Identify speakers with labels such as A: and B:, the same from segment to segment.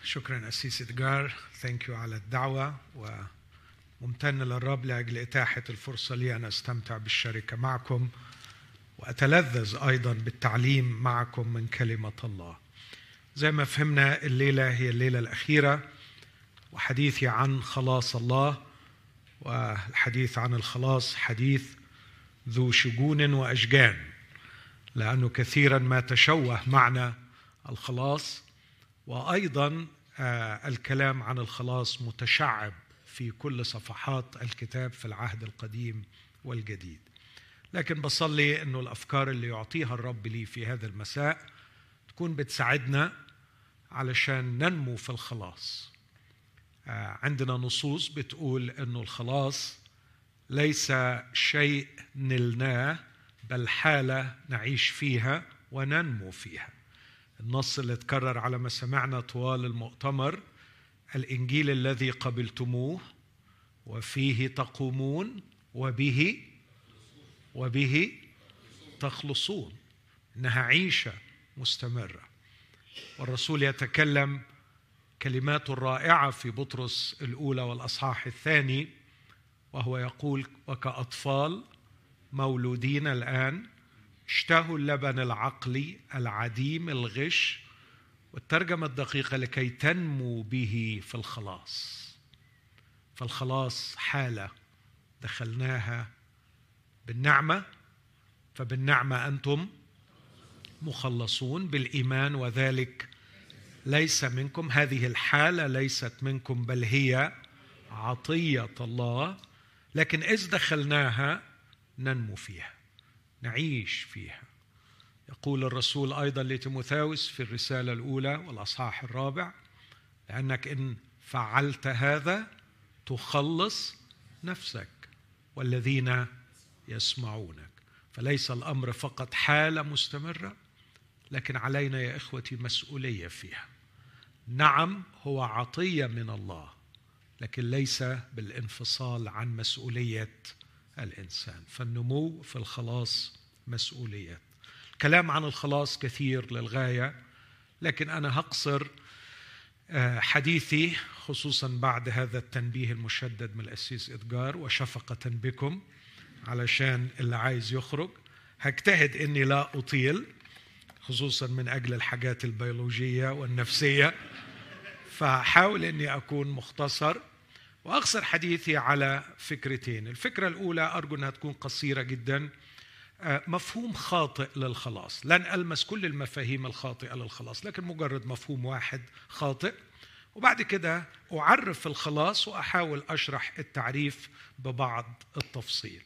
A: شكرا أسيس إدغار، ثانك يو على الدعوة، وممتن للرب لأجل إتاحة الفرصة لي أن أستمتع بالشركة معكم وأتلذذ أيضا بالتعليم معكم من كلمة الله. زي ما فهمنا الليلة هي الليلة الأخيرة، وحديثي عن خلاص الله، والحديث عن الخلاص حديث ذو شجون وأشجان، لأنه كثيرا ما تشوه معنى الخلاص، وأيضا الكلام عن الخلاص متشعب في كل صفحات الكتاب في العهد القديم والجديد. لكن بصلي أنه الأفكار اللي يعطيها الرب لي في هذا المساء تكون بتساعدنا علشان ننمو في الخلاص. عندنا نصوص بتقول أنه الخلاص ليس شيء نلناه، بل حالة نعيش فيها وننمو فيها. النص اللي اتكرر على ما سمعنا طوال المؤتمر: الإنجيل الذي قبلتموه وفيه تقومون وبه تخلصون. إنها عيشة مستمرة. والرسول يتكلم كلمات رائعة في بطرس الأولى والأصحاح الثاني، وهو يقول: وكأطفال مولودين الآن اشتهوا اللبن العقلي العديم الغش، والترجمة الدقيقة لكي تنمو به في الخلاص. فالخلاص حالة دخلناها بالنعمة، فبالنعمة أنتم مخلصون بالإيمان، وذلك ليس منكم. هذه الحالة ليست منكم بل هي عطية الله، لكن إذ دخلناها ننمو فيها، نعيش فيها. يقول الرسول أيضا لتيموثاوس في الرسالة الأولى والأصحاح الرابع: لأنك إن فعلت هذا تخلص نفسك والذين يسمعونك. فليس الأمر فقط حالة مستمرة، لكن علينا يا إخوتي مسؤولية فيها. نعم، هو عطية من الله، لكن ليس بالانفصال عن مسؤولية الإنسان. فالنمو في الخلاص مسؤولية. الكلام عن الخلاص كثير للغاية، لكن أنا هقصر حديثي خصوصا بعد هذا التنبيه المشدد من الأسيس إدغار وشفقة بكم علشان اللي عايز يخرج. هجتهد إني لا أطيل، خصوصا من أجل الحاجات البيولوجية والنفسية، فحاول إني أكون مختصر وأقصر حديثي على فكرتين. الفكرة الأولى أرجو أنها تكون قصيرة جدا. مفهوم خاطئ للخلاص. لن ألمس كل المفاهيم الخاطئة للخلاص، لكن مجرد مفهوم واحد خاطئ، وبعد كده أعرف الخلاص وأحاول أشرح التعريف ببعض التفصيل.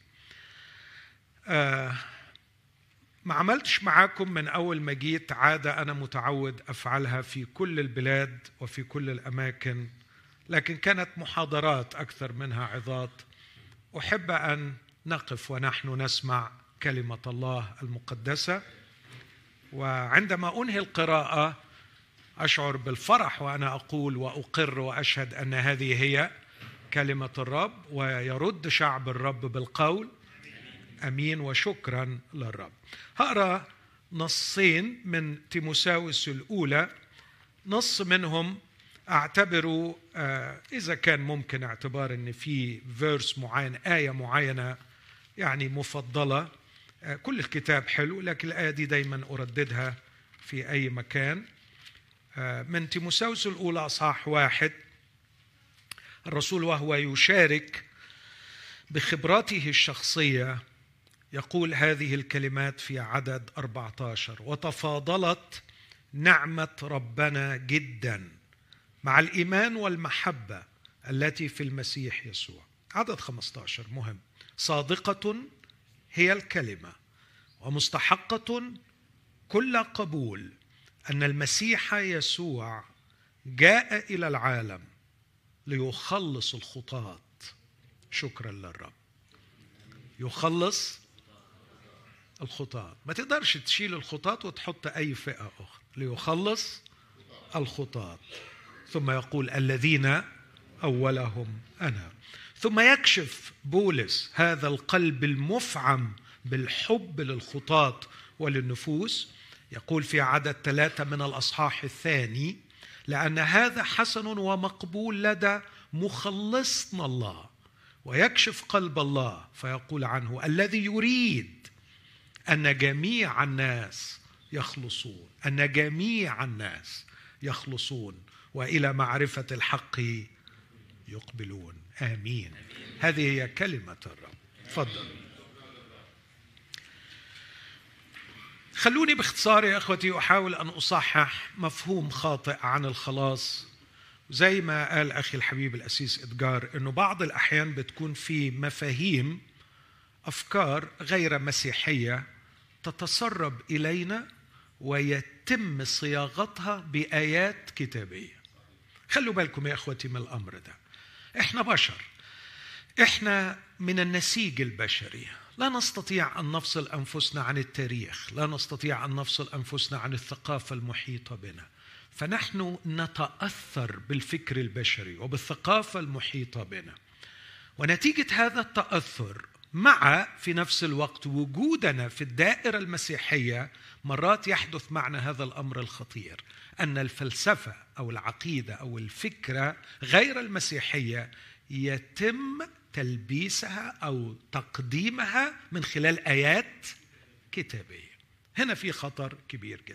A: ما عملتش معاكم من أول ما جيت عادة أنا متعود أفعلها في كل البلاد وفي كل الأماكن، لكن كانت محاضرات أكثر منها عظات. أحب أن نقف ونحن نسمع كلمة الله المقدسة، وعندما أنهي القراءة أشعر بالفرح وأنا أقول وأقر وأشهد أن هذه هي كلمة الرب، ويرد شعب الرب بالقول أمين وشكرا للرب. هقرأ نصين من تيموثاوس الأولى. نص منهم أعتبره إذا كان ممكن اعتبار أن في فيرس معين، آية معينة يعني مفضلة. كل الكتاب حلو، لكن الآية دي دايما أرددها في أي مكان. من تيموثاوس الأولى أصحاح 1. الرسول وهو يشارك بخبراته الشخصية يقول هذه الكلمات في عدد 14: وتفاضلت نعمة ربنا جدا مع الإيمان والمحبة التي في المسيح يسوع. عدد 15 مهم: صادقة هي الكلمة ومستحقة كل قبول أن المسيح يسوع جاء إلى العالم ليخلص الخطاة. شكرا للرب. يخلص الخطاة. ما تقدرش تشيل الخطاة وتحط أي فئة أخرى. ليخلص الخطاة. ثم يقول الذين أولهم أنا. ثم يكشف بولس هذا القلب المفعم بالحب للخطاة وللنفوس. يقول في عدد 3 من الأصحاح الثاني: لأن هذا حسن ومقبول لدى مخلصنا الله. ويكشف قلب الله فيقول عنه: الذي يريد أن جميع الناس يخلصون، أن جميع الناس يخلصون وإلى معرفة الحق يقبلون. آمين. هذه هي كلمة الرب. تفضل. خلوني باختصار يا أخوتي أحاول أن أصحح مفهوم خاطئ عن الخلاص. زي ما قال أخي الحبيب الأسيس إدجار، أنه بعض الأحيان بتكون في مفاهيم، أفكار غير مسيحية تتسرب إلينا ويتم صياغتها بآيات كتابية. خلوا بالكم يا أخوتي من الأمر ده. إحنا بشر، إحنا من النسيج البشري، لا نستطيع أن نفصل أنفسنا عن التاريخ، لا نستطيع أن نفصل أنفسنا عن الثقافة المحيطة بنا. فنحن نتأثر بالفكر البشري وبالثقافة المحيطة بنا، ونتيجة هذا التأثر مع في نفس الوقت وجودنا في الدائرة المسيحية، مرات يحدث معنا هذا الأمر الخطير، أن الفلسفة أو العقيدة أو الفكرة غير المسيحية يتم تلبيسها أو تقديمها من خلال آيات كتابية. هنا في خطر كبير جدا.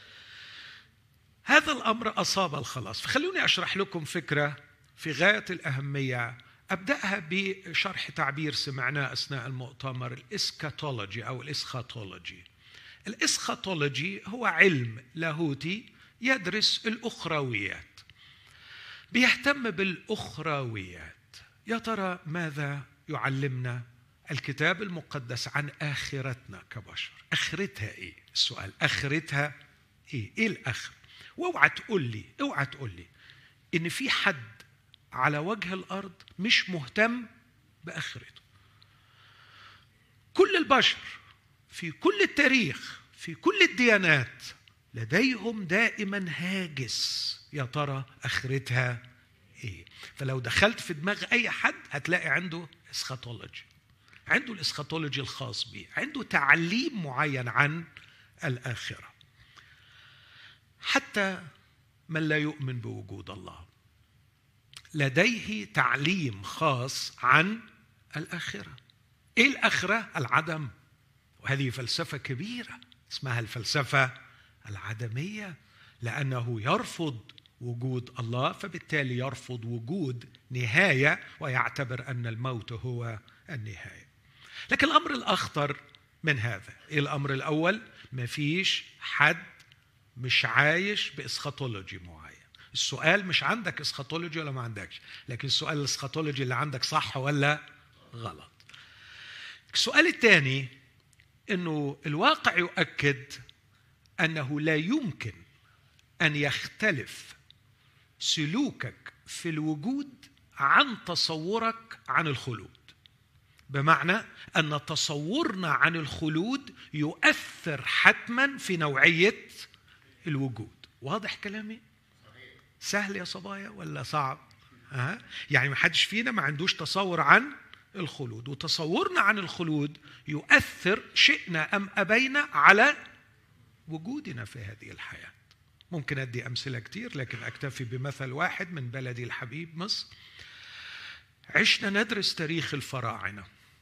A: هذا الأمر أصاب الخلاص. فخلوني أشرح لكم فكرة في غاية الأهمية، أبدأها بشرح تعبير سمعناه أثناء المؤتمر: الإسكاتولوجي أو الإسخاتولوجي. الإسخاتولوجي هو علم لاهوتي يدرس الأخرويات، بيهتم بالأخرويات. يا ترى ماذا يعلمنا الكتاب المقدس عن آخرتنا كبشر؟ آخرتها إيه؟ السؤال آخرتها إيه؟ إيه الآخر؟ واوعى تقول لي إن في حد على وجه الأرض مش مهتم بآخرته. كل البشر في كل التاريخ في كل الديانات لديهم دائما هاجس: يا ترى آخرتها إيه؟ فلو دخلت في دماغ أي حد هتلاقي عنده إسخاتولوجي، عنده الإسخاتولوجي الخاص به، عنده تعليم معين عن الآخرة. حتى من لا يؤمن بوجود الله لديه تعليم خاص عن الآخرة. إيه الآخرة؟ العدم. وهذه فلسفة كبيرة اسمها الفلسفة العدمية، لأنه يرفض وجود الله، فبالتالي يرفض وجود نهاية ويعتبر أن الموت هو النهاية. لكن الأمر الأخطر من هذا إيه؟ الأمر الأول: مفيش حد مش عايش بإسخاتولوجي معين. السؤال مش عندك إسخاتولوجي ولا ما عندكش، لكن السؤال الإسخاتولوجي اللي عندك صح ولا غلط. السؤال الثاني إنه الواقع يؤكد أنه لا يمكن أن يختلف سلوكك في الوجود عن تصورك عن الخلود. بمعنى أن تصورنا عن الخلود يؤثر حتما في نوعية الوجود. واضح كلامي؟ سهل يا صبايا ولا صعب؟ يعني ما حدش فينا ما عندوش تصور عن الخلود، وتصورنا عن الخلود يؤثر شئنا أم أبينا على وجودنا في هذه الحياة. ممكن أدي أمثلة كتير لكن أكتفي بمثل واحد من بلدي الحبيب مصر. عشنا ندرس تاريخ الفراعنة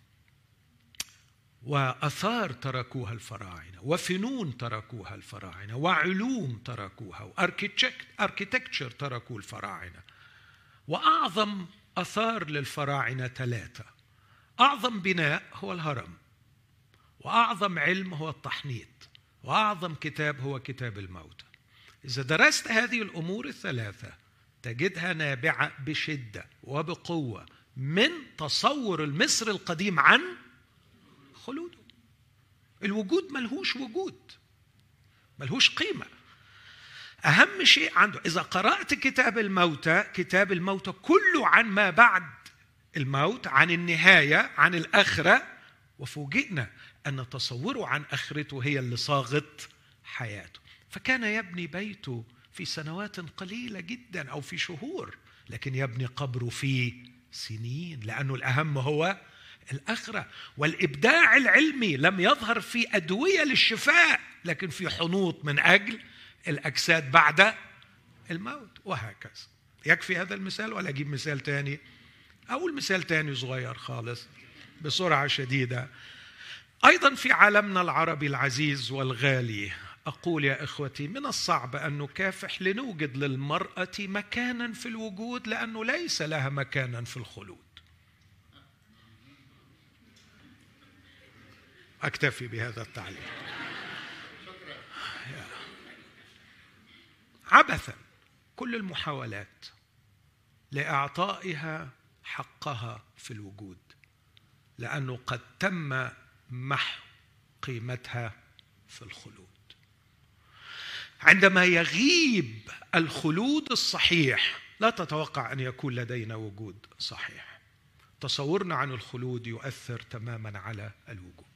A: وأثار تركوها الفراعنة، وفنون تركوها الفراعنة، وعلوم تركوها، وأركيتكتشر تركوا الفراعنة. وأعظم أثار للفراعنة 3: أعظم بناء هو الهرم، وأعظم علم هو التحنيط، وأعظم كتاب هو كتاب الموتى. إذا درست هذه الأمور ال3 تجدها نابعة بشدة وبقوة من تصور المصري القديم عن خلوده. الوجود ملهوش وجود، ملهوش قيمة. أهم شيء عنده، إذا قرأت كتاب الموتى كله عن ما بعد الموت، عن النهاية، عن الآخرة. وفوجئنا أن تصوره عن آخرته هي اللي صاغت حياته. فكان يبني بيته في سنوات قليلة جدا أو في شهور، لكن يبني قبره في سنين، لأنه الأهم هو الآخرة. والإبداع العلمي لم يظهر في أدوية للشفاء، لكن في حنوط من أجل الأجساد بعد الموت، وهكذا. يكفي هذا المثال ولا أجيب مثال تاني؟ أقول مثال تاني صغير خالص بسرعة شديدة. أيضا في عالمنا العربي العزيز والغالي، أقول يا إخوتي من الصعب أن نكافح لنوجد للمرأة مكانا في الوجود، لأنه ليس لها مكانا في الخلود. أكتفي بهذا التعليق. عبثا كل المحاولات لإعطائها حقها في الوجود، لأنه قد تم محو قيمتها في الخلود. عندما يغيب الخلود الصحيح لا تتوقع أن يكون لدينا وجود صحيح. تصورنا عن الخلود يؤثر تماما على الوجود.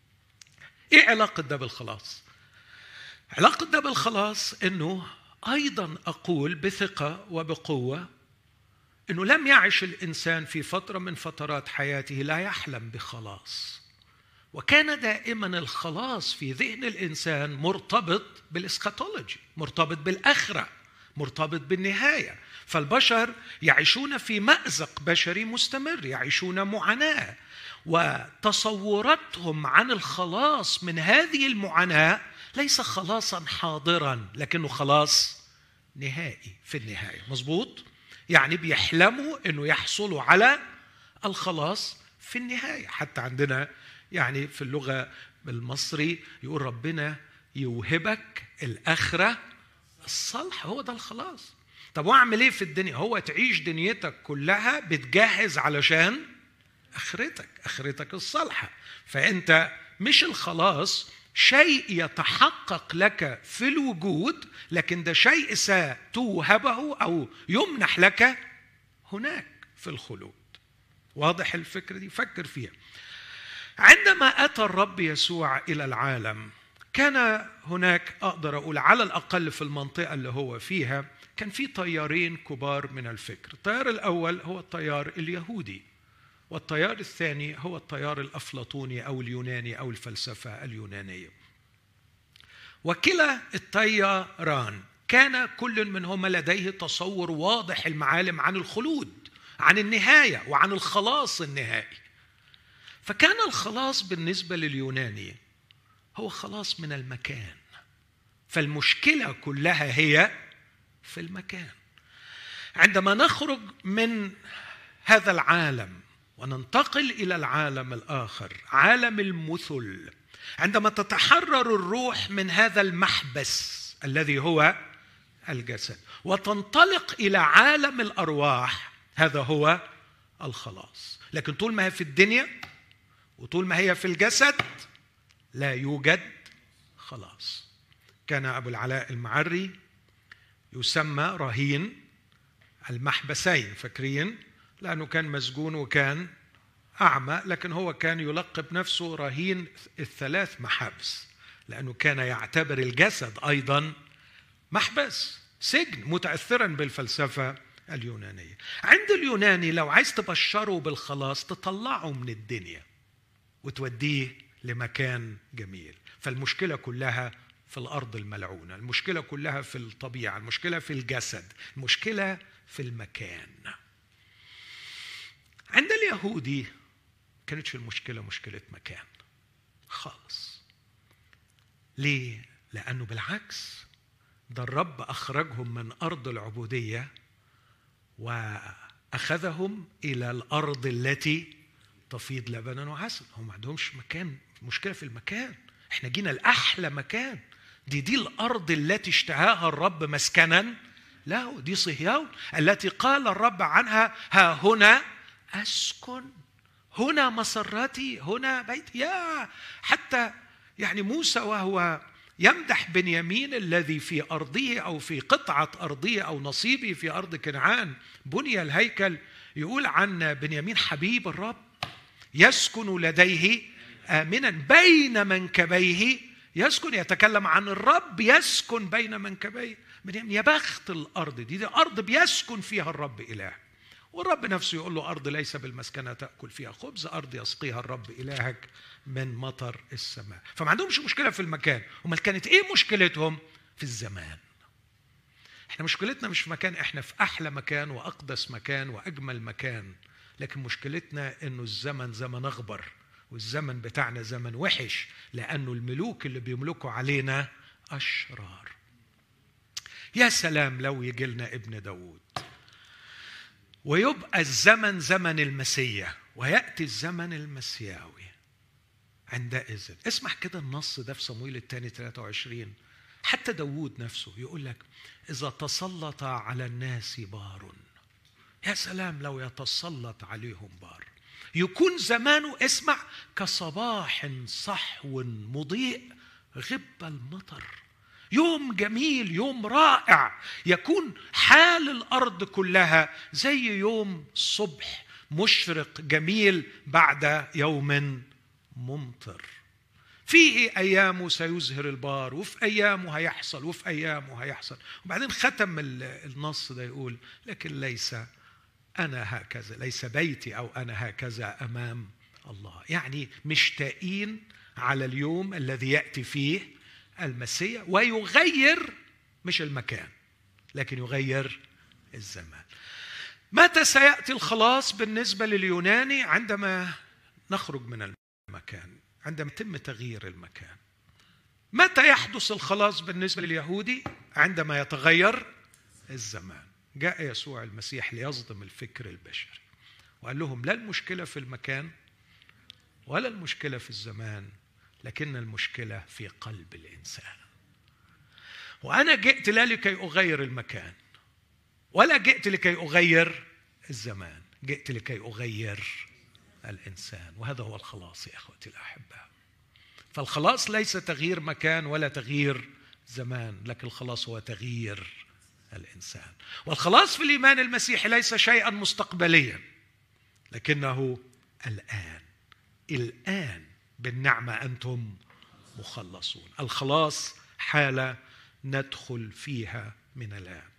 A: إيه علاقة ده بالخلاص؟ علاقة ده بالخلاص أنه أيضا أقول بثقة وبقوة أنه لم يعش الإنسان في فترة من فترات حياته لا يحلم بخلاص، وكان دائما الخلاص في ذهن الإنسان مرتبط بالإسخاتولوجي، مرتبط بالآخرة، مرتبط بالنهاية. فالبشر يعيشون في مأزق بشري مستمر، يعيشون معاناة، وتصوراتهم عن الخلاص من هذه المعاناة ليس خلاصا حاضرا، لكنه خلاص نهائي في النهاية. مظبوط؟ يعني بيحلموا أنه يحصلوا على الخلاص في النهاية. حتى عندنا يعني في اللغة المصري يقول ربنا يوهبك الآخرة الصالحة، هو ده الخلاص. طب واعمل ايه في الدنيا؟ هو تعيش دنيتك كلها بتجهز علشان آخرتك الصالحة. فأنت مش الخلاص شيء يتحقق لك في الوجود، لكن ده شيء ستوهبه أو يمنح لك هناك في الخلود. واضح الفكرة دي؟ فكر فيها. عندما أتى الرب يسوع إلى العالم كان هناك، أقدر أقول على الأقل في المنطقة اللي هو فيها، كان في تيارين كبار من الفكر. التيار الأول هو التيار اليهودي، والتيار الثاني هو التيار الأفلاطوني أو اليوناني أو الفلسفة اليونانية. وكلا التياران كان كل منهما لديه تصور واضح المعالم عن الخلود، عن النهاية وعن الخلاص النهائي. فكان الخلاص بالنسبة لليوناني هو خلاص من المكان، فالمشكلة كلها هي في المكان. عندما نخرج من هذا العالم وننتقل إلى العالم الآخر، عالم المثل، عندما تتحرر الروح من هذا المحبس الذي هو الجسد وتنطلق إلى عالم الأرواح، هذا هو الخلاص. لكن طول ما هي في الدنيا وطول ما هي في الجسد لا يوجد خلاص. كان أبو العلاء المعري يسمى رهين المحبسين، فاكرين؟ لأنه كان مسجون وكان أعمى، لكن هو كان يلقب نفسه رهين الثلاث محابس، لأنه كان يعتبر الجسد أيضا محبس، سجن، متأثرا بالفلسفة اليونانية. عند اليوناني لو عايز تبشره بالخلاص تطلعه من الدنيا وتوديه لمكان جميل. فالمشكلة كلها في الأرض الملعونة، المشكلة كلها في الطبيعة، المشكلة في الجسد، المشكلة في المكان. عند اليهودي كانتش المشكلة مشكلة مكان خالص. ليه؟ لأنه بالعكس ده الرب أخرجهم من أرض العبودية وأخذهم إلى الأرض التي تفيض لبنا وعسل. هم ما عندهمش مكان، مشكلة في المكان. احنا جينا لأحلى مكان، دي الأرض التي اشتهاها الرب مسكنا له، دي صهيون التي قال الرب عنها ها هنا أسكن، هنا مسرتي، هنا بيتي. يا حتى يعني موسى وهو يمدح بنيامين الذي في أرضه أو في قطعة أرضه أو نصيبه في أرض كنعان بني الهيكل، يقول عن بنيامين حبيب الرب يسكن لديه آمنا بين منكبيه يسكن. يتكلم عن الرب يسكن بين منكبيه بنيامين. يا بخت الأرض دي أرض بيسكن فيها الرب إله. والرب نفسه يقول له أرض ليس بالمسكنة تأكل فيها خبز، أرض يسقيها الرب إلهك من مطر السماء. فما عندهمش مشكلة في المكان. هم كانت إيه مشكلتهم؟ في الزمان. احنا مشكلتنا مش في مكان، احنا في أحلى مكان وأقدس مكان وأجمل مكان، لكن مشكلتنا إنه الزمن زمن أغبر، والزمن بتاعنا زمن وحش، لأنه الملوك اللي بيملكوا علينا أشرار. يا سلام لو يجي لنا ابن داود ويبقى الزمن زمن المسيح ويأتي الزمن المسياوي. عندئذ اسمح كده النص ده في صموئيل الثاني 23، حتى داود نفسه يقول لك إذا تسلط على الناس بار. يا سلام لو يتسلط عليهم بار، يكون زمانه اسمع كصباح صحو مضيء غب المطر. يوم جميل، يوم رائع، يكون حال الأرض كلها زي يوم صبح مشرق جميل بعد يوم ممطر. فيه أيامه سيزهر البار، وفي أيامه هيحصل، وفي أيامه هيحصل. وبعدين ختم النص ده يقول لكن ليس أنا هكذا، ليس بيتي أو أنا هكذا أمام الله. يعني مشتاقين على اليوم الذي يأتي فيه المسيح ويغير مش المكان لكن يغير الزمان. متى سيأتي الخلاص بالنسبة لليوناني؟ عندما نخرج من المكان، عندما يتم تغيير المكان. متى يحدث الخلاص بالنسبة لليهودي؟ عندما يتغير الزمان. جاء يسوع المسيح ليصدم الفكر البشري وقال لهم لا المشكلة في المكان ولا المشكلة في الزمان، لكن المشكلة في قلب الإنسان. وأنا جئت لا لكي أغير المكان ولا جئت لكي أغير الزمان، جئت لكي أغير الإنسان. وهذا هو الخلاص يا أخوتي الأحباء. فالخلاص ليس تغيير مكان ولا تغيير زمان، لكن الخلاص هو تغيير الإنسان. والخلاص في الإيمان المسيحي ليس شيئا مستقبليا، لكنه الآن. الآن بالنعمة أنتم مخلصون. الخلاص حالة ندخل فيها من الآن.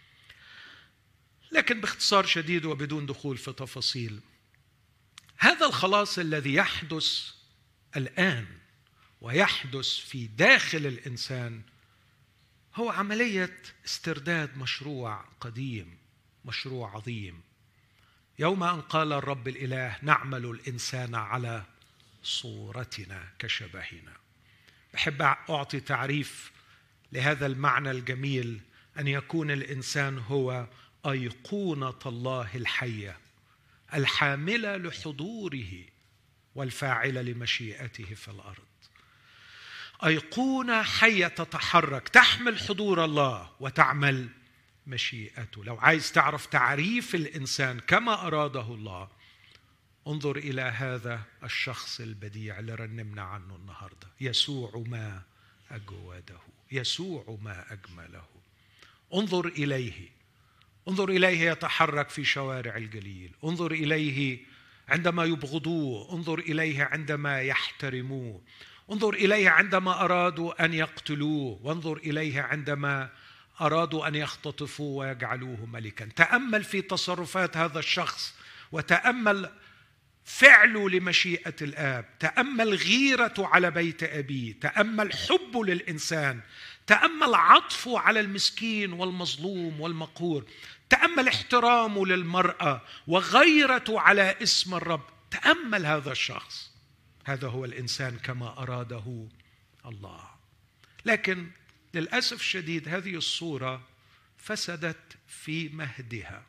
A: لكن باختصار شديد وبدون دخول في تفاصيل، هذا الخلاص الذي يحدث الآن ويحدث في داخل الإنسان هو عملية استرداد مشروع قديم، مشروع عظيم. يوم أن قال الرب الإله نعمل الإنسان على صورتنا كشبهنا. بحب أعطي تعريف لهذا المعنى الجميل، أن يكون الإنسان هو أيقونة الله الحية الحاملة لحضوره والفاعلة لمشيئته في الأرض. أيقونة حية تتحرك، تحمل حضور الله وتعمل مشيئته. لو عايز تعرف تعريف الإنسان كما أراده الله، انظر إلى هذا الشخص البديع اللي رنمنا عنه النهاردة. يسوع ما أجوده، يسوع ما أجمله. انظر إليه، انظر إليه يتحرك في شوارع الجليل، انظر إليه عندما يبغضوه، انظر إليه عندما يحترموه، انظر إليه عندما أرادوا أن يقتلوه، وانظر إليه عندما أرادوا أن يختطفوه ويجعلوه ملكا. تأمل في تصرفات هذا الشخص وتأمل فعله لمشيئة الآب، تأمل غيرته على بيت أبيه، تأمل حبه للإنسان، تأمل عطفه على المسكين والمظلوم والمقهور، تأمل احترامه للمرأة وغيرته على اسم الرب. تأمل هذا الشخص، هذا هو الإنسان كما أراده الله. لكن للأسف الشديد هذه الصورة فسدت في مهدها.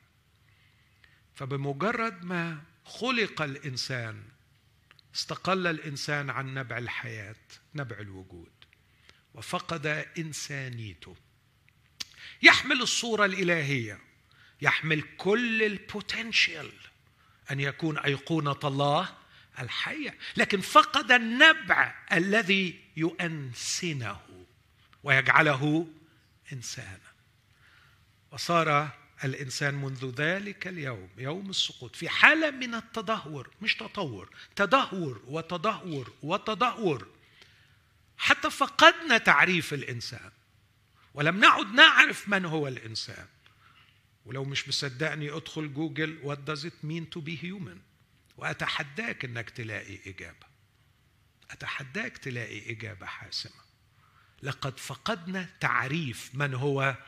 A: فبمجرد ما خلق الإنسان استقل الإنسان عن نبع الحياة، نبع الوجود، وفقد إنسانيته. يحمل الصورة الإلهية، يحمل كل البوتنشال أن يكون أيقونة الله الحية، لكن فقد النبع الذي يؤنسنه ويجعله إنسانا. وصار الإنسان منذ ذلك اليوم، يوم السقوط، في حالة من التدهور، مش تطور، تدهور وتدهور وتدهور، حتى فقدنا تعريف الإنسان ولم نعد نعرف من هو الإنسان. ولو مش مصدقني ادخل جوجل what does it mean to be human، وأتحداك أنك تلاقي إجابة، أتحداك تلاقي إجابة حاسمة. لقد فقدنا تعريف من هو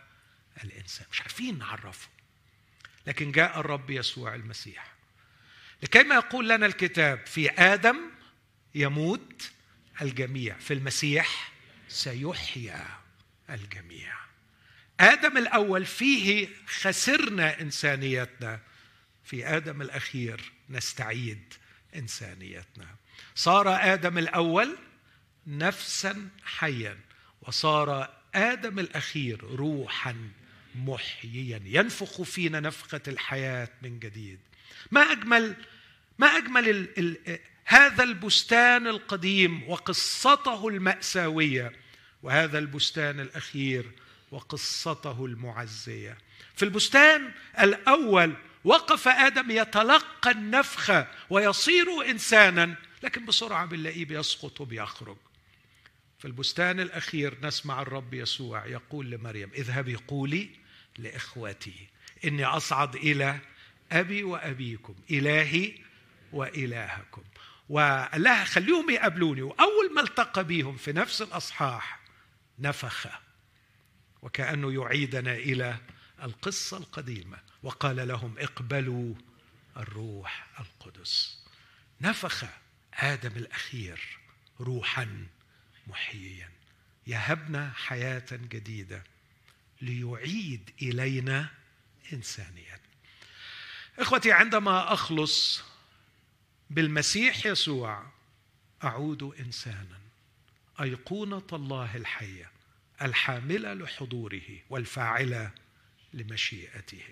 A: الإنسان. مش عارفين نعرفه، لكن جاء الرب يسوع المسيح لكي ما يقول لنا الكتاب: في آدم يموت الجميع، في المسيح سيحيا الجميع. آدم الأول فيه خسرنا إنسانيتنا، في آدم الأخير نستعيد إنسانيتنا. صار آدم الأول نفسا حيا، وصار آدم الأخير روحا محييا ينفخ فينا نفخة الحياة من جديد. ما أجمل هذا البستان القديم وقصته المأساوية، وهذا البستان الأخير وقصته المعزية. في البستان الأول وقف آدم يتلقى النفخة ويصير إنسانا، لكن بسرعة بنلاقيه بيسقط وبيخرج. في البستان الأخير نسمع الرب يسوع يقول لمريم: اذهبي قولي لإخوتي إني أصعد إلى أبي وأبيكم، إلهي وإلهكم. وقال لها: خليهم يقابلوني. وأول ما التقى بيهم في نفس الأصحاح نفخ، وكأنه يعيدنا إلى القصة القديمة، وقال لهم: اقبلوا الروح القدس. نفخ آدم الأخير روحا محييا يهبنا حياة جديدة ليعيد إلينا إنسانية. إخوتي، عندما أخلص بالمسيح يسوع أعود إنسانا، أيقونة الله الحية الحاملة لحضوره والفاعلة لمشيئته.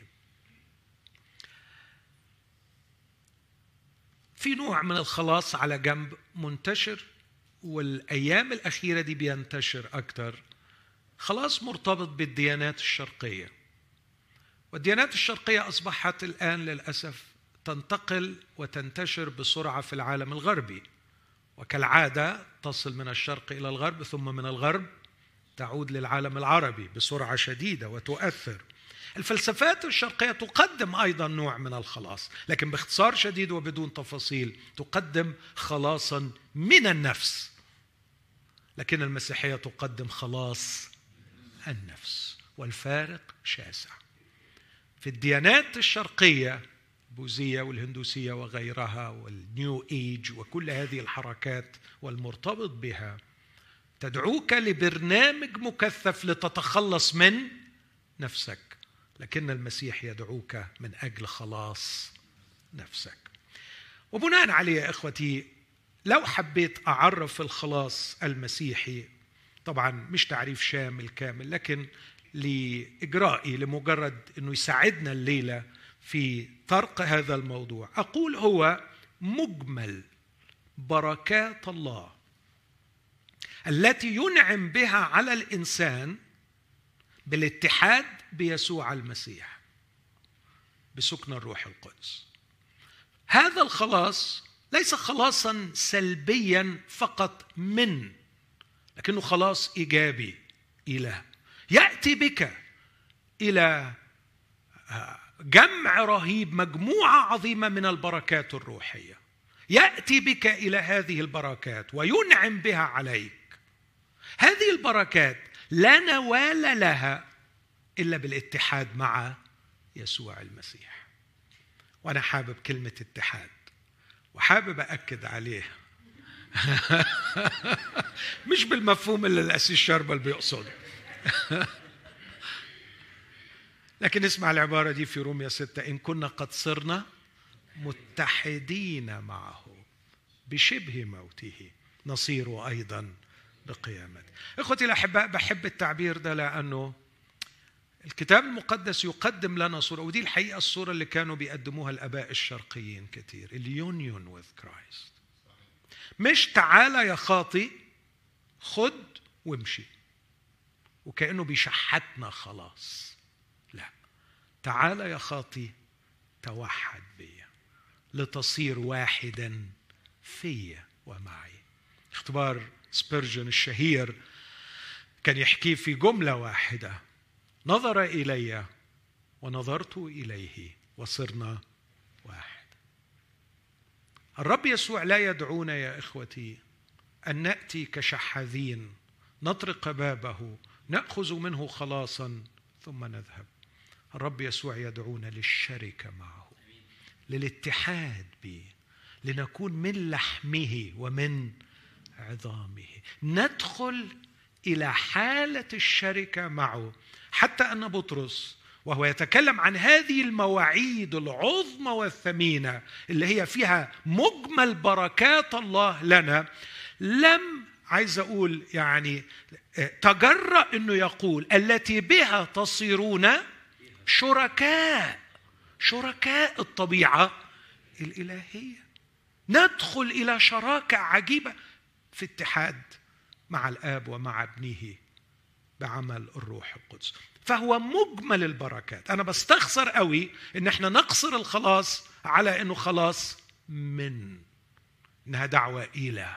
A: في نوع من الخلاص على جنب منتشر، والأيام الأخيرة دي بينتشر أكتر، خلاص مرتبط بالديانات الشرقية. والديانات الشرقية أصبحت الآن للأسف تنتقل وتنتشر بسرعة في العالم الغربي، وكالعادة تصل من الشرق إلى الغرب، ثم من الغرب تعود للعالم العربي بسرعة شديدة وتؤثر. الفلسفات الشرقية تقدم أيضا نوع من الخلاص، لكن باختصار شديد وبدون تفاصيل تقدم خلاصا من النفس، لكن المسيحية تقدم خلاص النفس، والفارق شاسع. في الديانات الشرقية البوذية والهندوسية وغيرها والنيو ايج وكل هذه الحركات والمرتبط بها تدعوك لبرنامج مكثف لتتخلص من نفسك، لكن المسيح يدعوك من أجل خلاص نفسك. وبناء عليه يا إخوتي، لو حبيت أعرف الخلاص المسيحي، طبعا مش تعريف شامل كامل، لكن لإجرائي لمجرد أنه يساعدنا الليلة في طرق هذا الموضوع، أقول هو مجمل بركات الله التي ينعم بها على الإنسان بالاتحاد بيسوع المسيح بسكن الروح القدس. هذا الخلاص ليس خلاصا سلبيا فقط لكنه خلاص إيجابي. إله يأتي بك إلى جمع رهيب، مجموعة عظيمة من البركات الروحية، يأتي بك إلى هذه البركات وينعم بها عليك. هذه البركات لا نوال لها إلا بالاتحاد مع يسوع المسيح. وأنا حابب كلمة اتحاد، وحابب أأكد عليها مش بالمفهوم اللي الأسيس شربل بيقصده لكن اسمع العبارة دي في رومية 6: إن كنا قد صرنا متحدين معه بشبه موته نصير أيضا بقيامته. إخوتي الأحباء، بحب التعبير ده لأنه الكتاب المقدس يقدم لنا صورة، ودي الحقيقة الصورة اللي كانوا بيقدموها الآباء الشرقيين كتير، اليونيون with Christ. مش تعالى يا خاطي خد وامشي وكأنه بيشحتنا خلاص، لا، تعالى يا خاطي توحد بي لتصير واحدا فيا ومعي. اختبار سبيرجن الشهير كان يحكيه في جملة واحدة: نظر إلي ونظرت إليه وصرنا واحد. الرب يسوع لا يدعونا يا إخوتي أن نأتي كشحاذين نطرق بابه نأخذ منه خلاصا ثم نذهب. الرب يسوع يدعونا للشركة معه، للاتحاد به، لنكون من لحمه ومن عظامه، ندخل إلى حالة الشركة معه. حتى أن بطرس وهو يتكلم عن هذه المواعيد العظمى والثمينة اللي هي فيها مجمل بركات الله لنا، لم عايز أقول يعني تجرأ أنه يقول التي بها تصيرون شركاء الطبيعة الإلهية. ندخل إلى شراكة عجيبة في اتحاد مع الآب ومع ابنه بعمل الروح القدس. فهو مجمل البركات. أنا بستخسر قوي إن احنا نقصر الخلاص على إنه خلاص إنها دعوة إلى.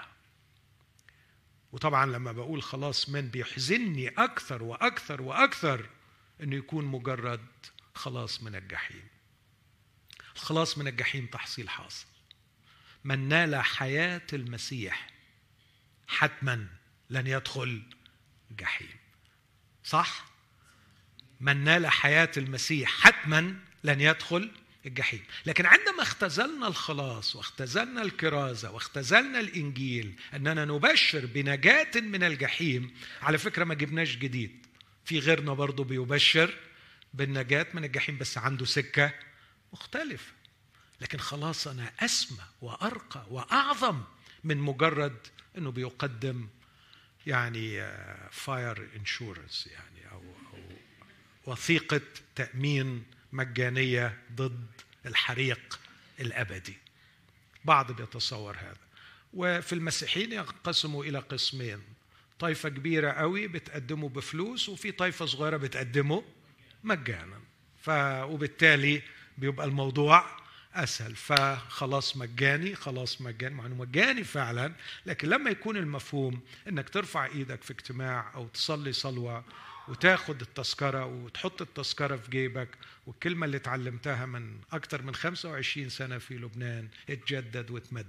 A: وطبعا لما بقول خلاص بيحزنني أكثر وأكثر وأكثر إنه يكون مجرد خلاص من الجحيم. الخلاص من الجحيم تحصيل حاصل. من نال حياة المسيح حتما لن يدخل الجحيم، صح؟ من نال حياة المسيح حتما لن يدخل الجحيم. لكن عندما اختزلنا الخلاص واختزلنا الكرازة واختزلنا الإنجيل أننا نبشر بنجاة من الجحيم، على فكرة ما جبناش جديد، في غيرنا برضو بيبشر بالنجاة من الجحيم بس عنده سكة مختلفة. لكن خلاصنا أسمى وأرقى وأعظم من مجرد أنه بيقدم يعني فاير انشورنس، يعني أو وثيقة تأمين مجانية ضد الحريق الأبدي. بعض بيتصور هذا. وفي المسيحيين ينقسموا إلى قسمين، طائفة كبيرة قوي بتقدمه بفلوس، وفي طائفة صغيرة بتقدمه مجانا، وبالتالي بيبقى الموضوع أسهل. فخلاص مجاني، خلاص مجاني، مع أنه مجاني فعلا، لكن لما يكون المفهوم أنك ترفع إيدك في اجتماع أو تصلي صلوة وتاخد التذكرة وتحط التذكرة في جيبك، والكلمة اللي تعلمتها من أكتر من 25 سنة في لبنان، اتجدد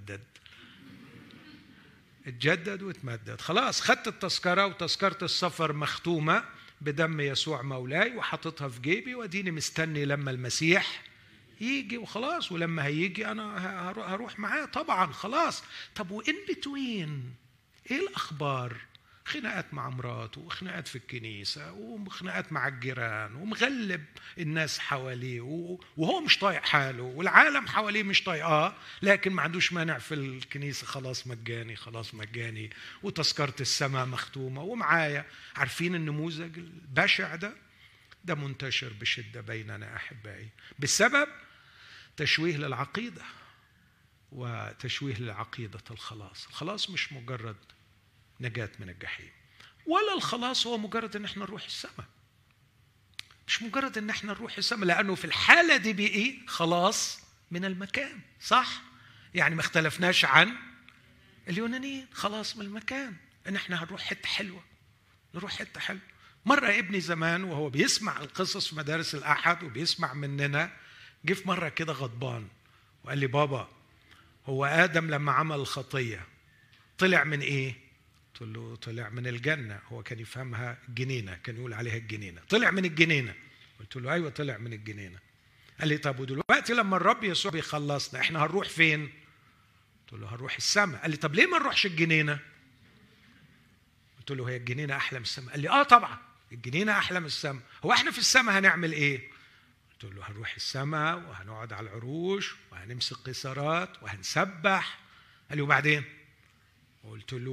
A: وتمدد. خلاص خدت التذكرة، وتذكرة السفر مختومة بدم يسوع مولاي، وحطتها في جيبي، واديني مستني لما المسيح يجي وخلاص. ولما هيجي أنا هروح معاه طبعا. خلاص. طب وإن بتوين إيه الأخبار؟ خناقات مع مراته، وخناقات في الكنيسة، وخناقات مع الجيران، ومغلب الناس حواليه، وهو مش طايق حاله، والعالم حواليه مش طايقاه، لكن ما عندوش مانع في الكنيسة. خلاص مجاني، وتذكرة السماء مختومة ومعايا. عارفين النموذج البشع ده منتشر بشدة بيننا أحبائي، بسبب تشويه للعقيدة وتشويه لعقيدة الخلاص. الخلاص مش مجرد نجاة من الجحيم، ولا الخلاص هو مجرد ان احنا نروح السماء. مش مجرد ان احنا نروح السماء، لانه في الحالة دي بإيه؟ خلاص من المكان، صح؟ يعني ما اختلفناش عن اليونانيين. خلاص من المكان، ان احنا هنروح حتة حلوة، مرة ابني زمان وهو بيسمع القصص في مدارس الأحد وبيسمع مننا، جه في مرة كده غضبان وقال لي: بابا، هو آدم لما عمل الخطية طلع من إيه؟ قلت له: طلع من الجنة. هو كان يفهمها الجنينة، كان يقول عليها الجنينة. طلع من الجنينة. قلت له: أيوة طلع من الجنينة. قال لي: طب ودلوقتي لما الرب يسوع بيخلصنا احنا هنروح فين؟ قلت له: هنروح السماء. قال لي: طب ليه ما نروحش الجنينة؟ قلت له: هي الجنينة أحلى من السماء؟ قال لي: طبعا الجنينة أحلى من السماء. هو احنا في السماء هنعمل إيه؟ قلت له: هنروح السماء وهنقعد على العروش وهنمسك قيصرات وهنسبح. قال لي: وبعدين؟ قلت له: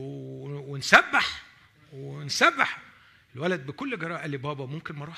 A: ونسبح. الولد بكل جراءة قال لي: بابا ممكن ما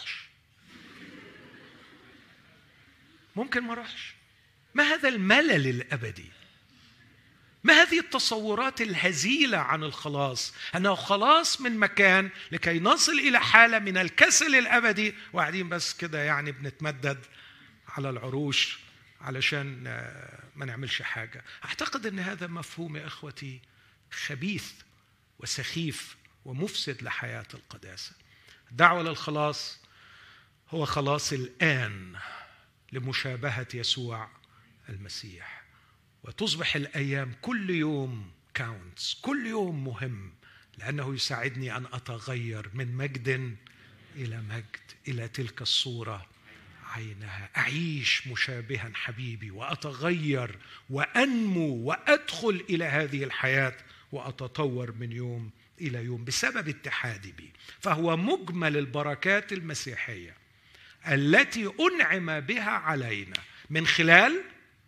A: اروحش. ما هذا الملل الأبدي؟ ما هذه التصورات الهزيلة عن الخلاص؟ أنه خلاص من مكان لكي نصل إلى حالة من الكسل الأبدي، وقاعدين بس كده يعني بنتمدد على العروش علشان ما نعملش حاجة. أعتقد أن هذا مفهوم يا إخوتي خبيث وسخيف ومفسد لحياة القداسة. الدعوة للخلاص هو خلاص الآن لمشابهة يسوع المسيح، وتصبح الأيام كل يوم كاونتس، كل يوم مهم، لأنه يساعدني أن أتغير من مجد إلى مجد، إلى تلك الصورة عينها. أعيش مشابها حبيبي وأتغير وأنمو وأدخل إلى هذه الحياة وأتطور من يوم إلى يوم بسبب اتحادي به. فهو مجمل البركات المسيحية التي أنعم بها علينا من خلال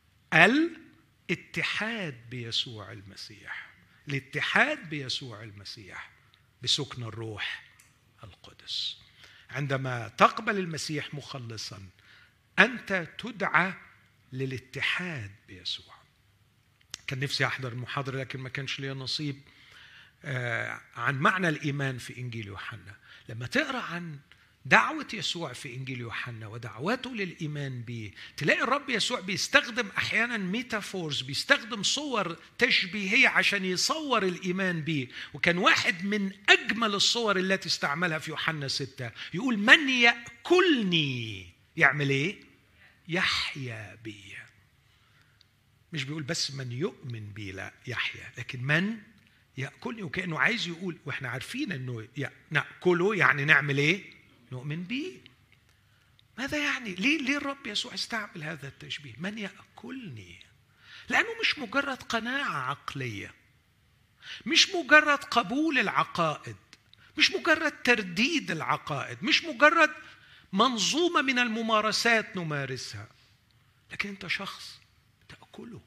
A: الاتحاد بيسوع المسيح، الاتحاد بيسوع المسيح بسكن الروح القدس. عندما تقبل المسيح مخلصا أنت تدعى للاتحاد بيسوع. كان نفسي أحضر المحاضرة لكن ما كانش لي نصيب عن معنى الإيمان في إنجيل يوحنا. لما تقرأ عن دعوة يسوع في إنجيل يوحنا ودعوته للإيمان به، تلاقي الرب يسوع بيستخدم أحيانا ميتافورز، بيستخدم صور تشبيهية عشان يصور الإيمان به. وكان واحد من أجمل الصور التي استعملها في يوحنا 6 يقول من يأكلني يعمل إيه؟ يحيا بي. مش بيقول بس من يؤمن بي، لا، يحيا، لكن من يأكلني. وكأنه عايز يقول، وإحنا عارفين أنه نأكله يعني نعمل إيه؟ نؤمن به. ماذا يعني؟ ليه الرب يسوع استعمل هذا التشبيه من يأكلني؟ لأنه مش مجرد قناعة عقلية، مش مجرد قبول العقائد، مش مجرد ترديد العقائد، مش مجرد منظومة من الممارسات نمارسها، لكن أنت شخص تأكله،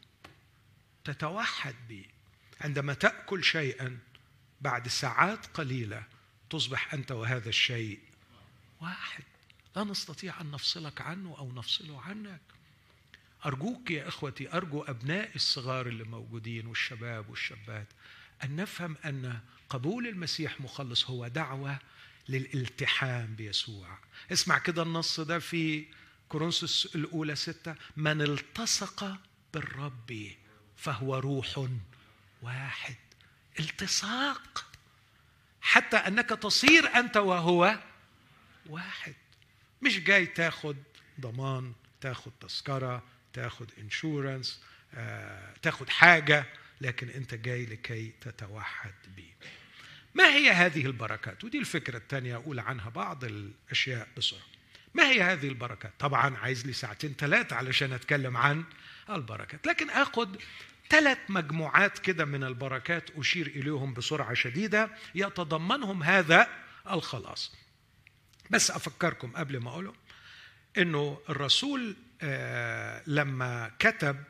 A: تتوحد به. عندما تأكل شيئا بعد ساعات قليلة تصبح أنت وهذا الشيء واحد، لا نستطيع أن نفصلك عنه أو نفصله عنك. أرجوك يا إخوتي، أرجو أبناء الصغار اللي موجودين والشباب والشابات أن نفهم أن قبول المسيح مخلص هو دعوة للالتحام بيسوع. اسمع كده النص ده في كورنثوس الأولى 6: من التصق بالرب فهو روح واحد. التصاق حتى أنك تصير أنت وهو واحد. مش جاي تاخد ضمان، تاخد تذكرة، تاخد انشورنس، تاخد حاجة، لكن أنت جاي لكي تتوحد به. ما هي هذه البركات؟ ودي الفكرة الثانية أقول عنها بعض الأشياء بسرعة. ما هي هذه البركات؟ طبعا عايز لي 2-3 علشان أتكلم عن البركات، لكن أخذ 3 مجموعات كده من البركات أشير إليهم بسرعة شديدة يتضمنهم هذا الخلاص. بس أفكركم قبل ما أقوله إنه الرسول لما كتب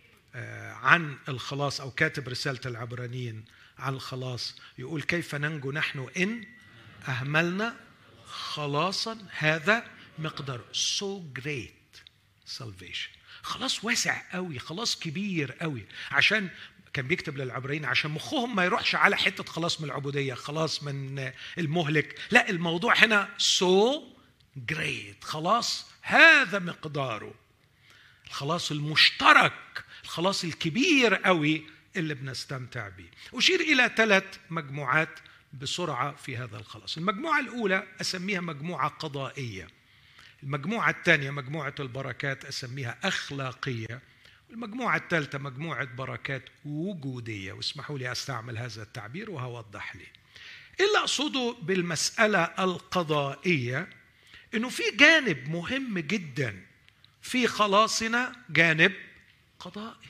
A: عن الخلاص أو كاتب رسالة العبرانيين عن الخلاص يقول كيف ننجو نحن إن أهملنا خلاصا هذا مقدار so great salvation. خلاص واسع قوي، خلاص كبير قوي، عشان كان بيكتب للعبرانيين عشان مخهم ما يروحش على حتة خلاص من العبودية، خلاص من المهلك. لا، الموضوع هنا so great، خلاص هذا مقداره، الخلاص المشترك، الخلاص الكبير قوي اللي بنستمتع به. أشير إلى 3 مجموعات بسرعة في هذا الخلاص. المجموعة الأولى أسميها مجموعة قضائية، المجموعة الثانية مجموعة البركات أسميها أخلاقية، المجموعة الثالثة مجموعة بركات وجودية. واسمحوا لي أستعمل هذا التعبير وهوضح لي. اللي أقصده بالمسألة القضائية إنه في جانب مهم جدا في خلاصنا، جانب قضائي،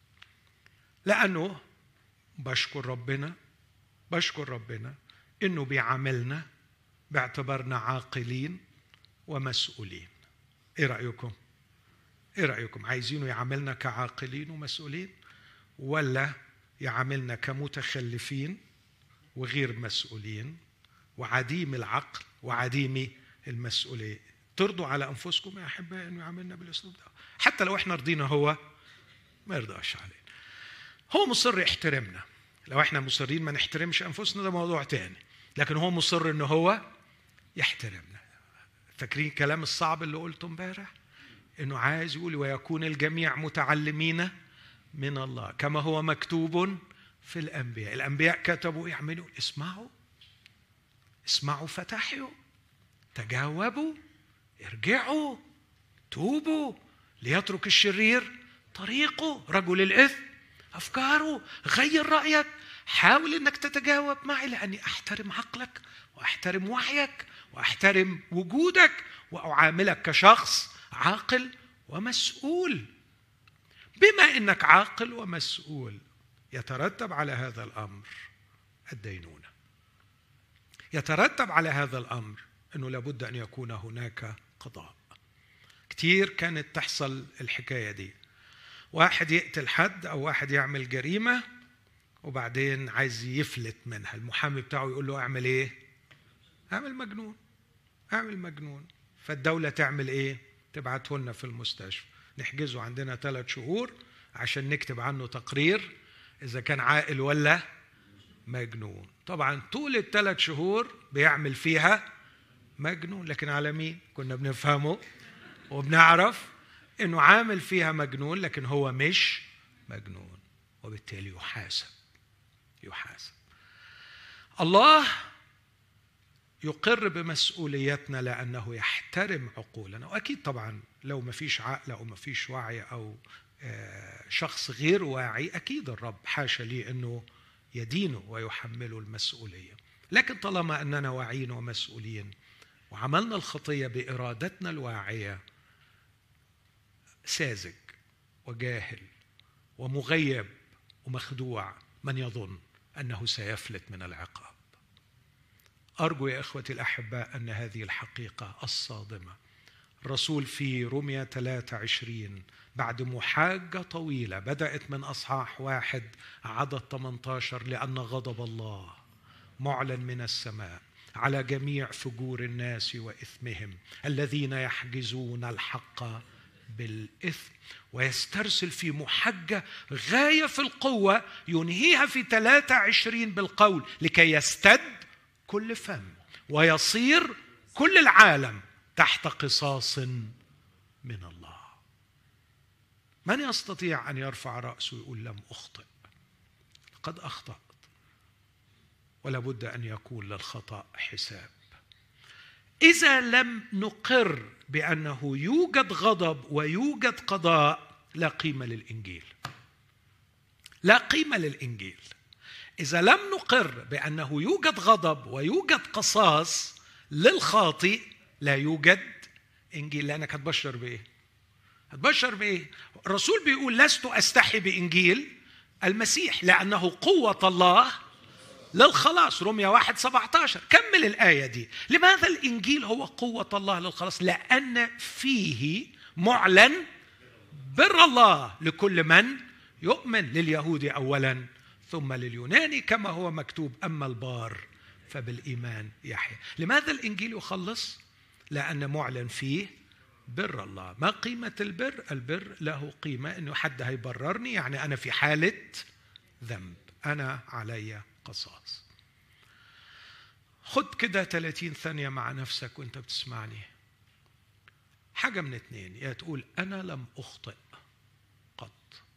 A: لأنه بشكر ربنا إنه بيعاملنا باعتبارنا عاقلين ومسؤولين. إيه رأيكم؟ عايزينه يعاملنا كعاقلين ومسؤولين ولا يعاملنا كمتخلفين وغير مسؤولين وعديم العقل وعديم المسؤولية؟ ترضوا على أنفسكم يا أحبائي إنه يعاملنا بالأسلوب ده؟ حتى لو إحنا رضينا هو ما يرضاش علينا. هو مصر يحترمنا، لو إحنا مصرين ما نحترمش أنفسنا ده موضوع تاني، لكن هو مصر إنه هو يحترمنا. فاكرين الكلام الصعب اللي قلته امبارح؟ إنه عايز يقول ويكون الجميع متعلمين من الله كما هو مكتوب في الأنبياء. الأنبياء كتبوا يعملوا اسمعوا فتحيوا، تجاوبوا، ارجعوا، توبوا، ليترك الشرير طريقه، رجل الإثم أفكاره، غير رأيك، حاول أنك تتجاوب معي، لأني أحترم عقلك وأحترم وعيك وأحترم وجودك وأعاملك كشخص عاقل ومسؤول. بما أنك عاقل ومسؤول يترتب على هذا الأمر الدينونة، يترتب على هذا الأمر أنه لابد أن يكون هناك قضاء. كتير كانت تحصل الحكاية دي، واحد يقتل حد أو واحد يعمل جريمة وبعدين عايز يفلت منها، المحامي بتاعه يقول له اعمل ايه؟ اعمل مجنون، اعمل مجنون. فالدولة تعمل ايه؟ تبعته لنا في المستشفى، نحجزه عندنا 3 شهور عشان نكتب عنه تقرير إذا كان عاقل ولا مجنون. طبعا طول ال3 شهور بيعمل فيها مجنون، لكن على مين؟ كنا بنفهمه وبنعرف إنه عامل فيها مجنون، لكن هو مش مجنون، وبالتالي يحاسب. الله يقر بمسؤوليتنا لأنه يحترم عقولنا. وأكيد طبعا لو ما فيش عقل أو ما فيش وعي أو شخص غير واعي، أكيد الرب حاشا لي أنه يدينه ويحمله المسؤولية. لكن طالما أننا واعيين ومسؤولين وعملنا الخطية بإرادتنا الواعية، ساذج وجاهل ومغيب ومخدوع من يظن أنه سيفلت من العقاب. أرجو يا إخوتي الأحباء أن هذه الحقيقة الصادمة، الرسول في رومية 23 بعد محاجة طويلة بدأت من أصحاح 1 عدد 18، لأن غضب الله معلن من السماء على جميع فجور الناس وإثمهم الذين يحجزون الحق بالإثم، ويسترسل في محجة غاية في القوة ينهيها في 23 بالقول لكي يستد كل فم ويصير كل العالم تحت قصاص من الله. من يستطيع أن يرفع رأسه ويقول لم أخطئ؟ قد أخطأت، ولا بد أن يكون للخطأ حساب. إذا لم نقر بأنه يوجد غضب ويوجد قضاء، لا قيمة للإنجيل، لا قيمة للإنجيل. إذا لم نقر بأنه يوجد غضب ويوجد قصاص للخاطئ، لا يوجد إنجيل. لأنك هتبشر بإيه؟ هتبشر بإيه؟ الرسول بيقول لست أستحي بإنجيل المسيح لأنه قوة الله للخلاص، رومية 1:17. كمل الآية دي. لماذا الإنجيل هو قوة الله للخلاص؟ لأن فيه معلن بر الله لكل من يؤمن، لليهود أولا ثم لليوناني، كما هو مكتوب أما البار فبالإيمان يحيى. لماذا الإنجيل يخلص؟ لأن معلن فيه بر الله. ما قيمة البر؟ البر له قيمة، إنه حد هيبررني، يعني أنا في حالة ذنب، أنا علي قصاص. خد كده 30 ثانية مع نفسك وانت بتسمعني. حاجة من اتنين، يا تقول أنا لم أخطئ قط،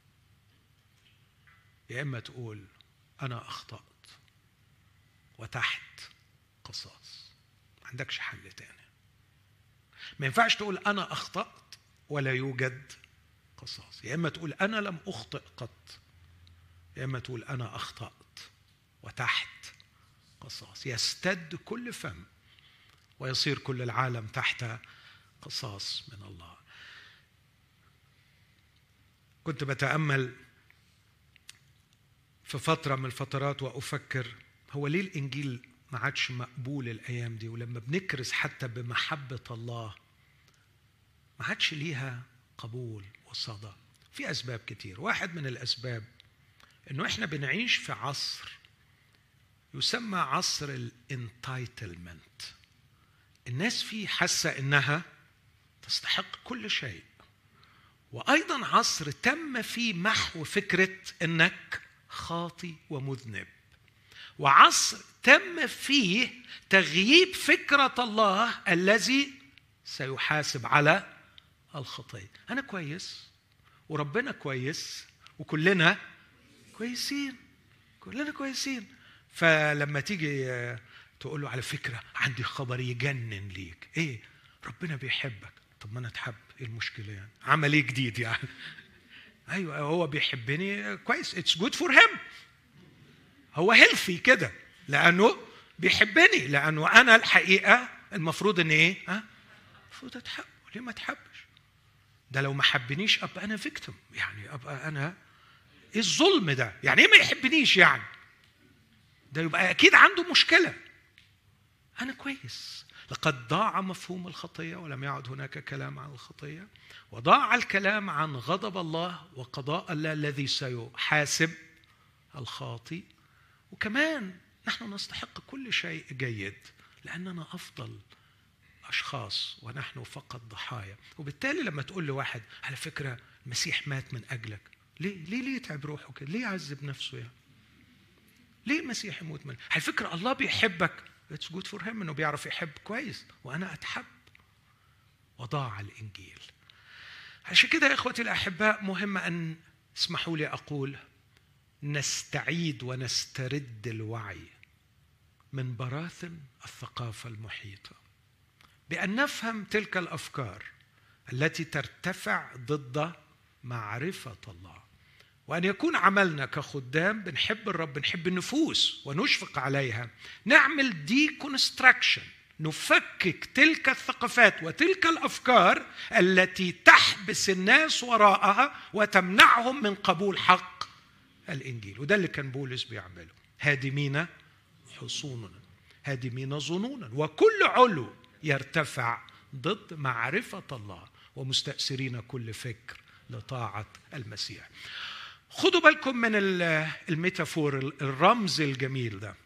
A: يا إما تقول أنا أخطأت وتحت قصاص. ما عندكش حل تاني. ما ينفعش تقول أنا أخطأت ولا يوجد قصاص. يا إما تقول أنا لم أخطئ قط، يا إما تقول أنا أخطأت وتحت قصاص. يستد كل فم ويصير كل العالم تحت قصاص من الله. كنت بتأمل في فترة من الفترات وأفكر هو ليه الإنجيل ما عادش مقبول الأيام دي، ولما بنكرز حتى بمحبة الله ما عادش ليها قبول وصدى. في أسباب كتير. واحد من الأسباب إنه إحنا بنعيش في عصر يسمى عصر الانتايتلمنت. الناس فيه حاسة إنها تستحق كل شيء، وأيضا عصر تم فيه محو فكرة إنك خاطي ومذنب، وعصر تم فيه تغييب فكرة الله الذي سيحاسب على الخطية. أنا كويس وربنا كويس وكلنا كويسين، كلنا كويسين. فلما تيجي تقول له على فكرة عندي خبر يجنن ليك، إيه؟ ربنا بيحبك. طب ما أنا أتحب، إيه المشكلة يعني؟ عمل إيه جديد يعني؟ ايوه هو بيحبني كويس، اتس جود فور هيم، هو هيلثي كده لانه بيحبني، لانه انا الحقيقه المفروض ان ايه؟ المفروض اتحب. ليه ما اتحبش؟ ده لو ما حبنيش ابقى انا فيكتيم، يعني ابقى انا ايه الظلم ده؟ يعني ايه ما يحبنيش؟ يعني ده يبقى اكيد عنده مشكله. انا كويس. لقد ضاع مفهوم الخطيه ولم يعد هناك كلام عن الخطيه، وضاع الكلام عن غضب الله وقضاء الله الذي سيحاسب الخاطئ. وكمان نحن نستحق كل شيء جيد لأننا أفضل أشخاص ونحن فقط ضحايا. وبالتالي لما تقول لواحد على فكرة المسيح مات من أجلك، ليه يتعب روحه كده؟ ليه يعذب نفسه يعني؟ ليه المسيح يموت من؟ على فكرة الله بيحبك، it's good for him إنه بيعرف يحب كويس، وأنا أتحب. وضاع الإنجيل. عشان كده يا إخوتي الأحباء مهم أن اسمحوا لي أقول نستعيد ونسترد الوعي من براثن الثقافة المحيطة، بأن نفهم تلك الأفكار التي ترتفع ضد معرفة الله، وأن يكون عملنا كخدام بنحب الرب، بنحب النفوس ونشفق عليها، نعمل ديكونستراكشن، نفكك تلك الثقافات وتلك الأفكار التي تحبس الناس وراءها وتمنعهم من قبول حق الإنجيل. وده اللي كان بولس بيعمله، هادمين حصوننا، هادمين ظنونا، وكل علو يرتفع ضد معرفة الله، ومستأثرين كل فكر لطاعة المسيح. خدوا بالكم من الميتافور، الرمز الجميل ده.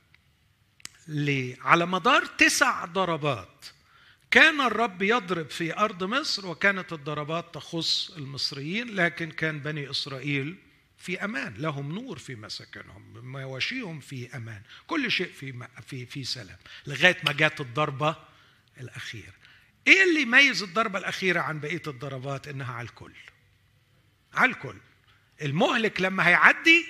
A: على مدار 9 ضربات كان الرب يضرب في أرض مصر، وكانت الضربات تخص المصريين، لكن كان بني إسرائيل في أمان، لهم نور في مساكنهم، مواشيهم في أمان، كل شيء في سلام، لغاية ما جات الضربة الأخيرة. إيه اللي يميز الضربة الأخيرة عن بقية الضربات؟ إنها على الكل، على الكل. المهلك لما هيعدي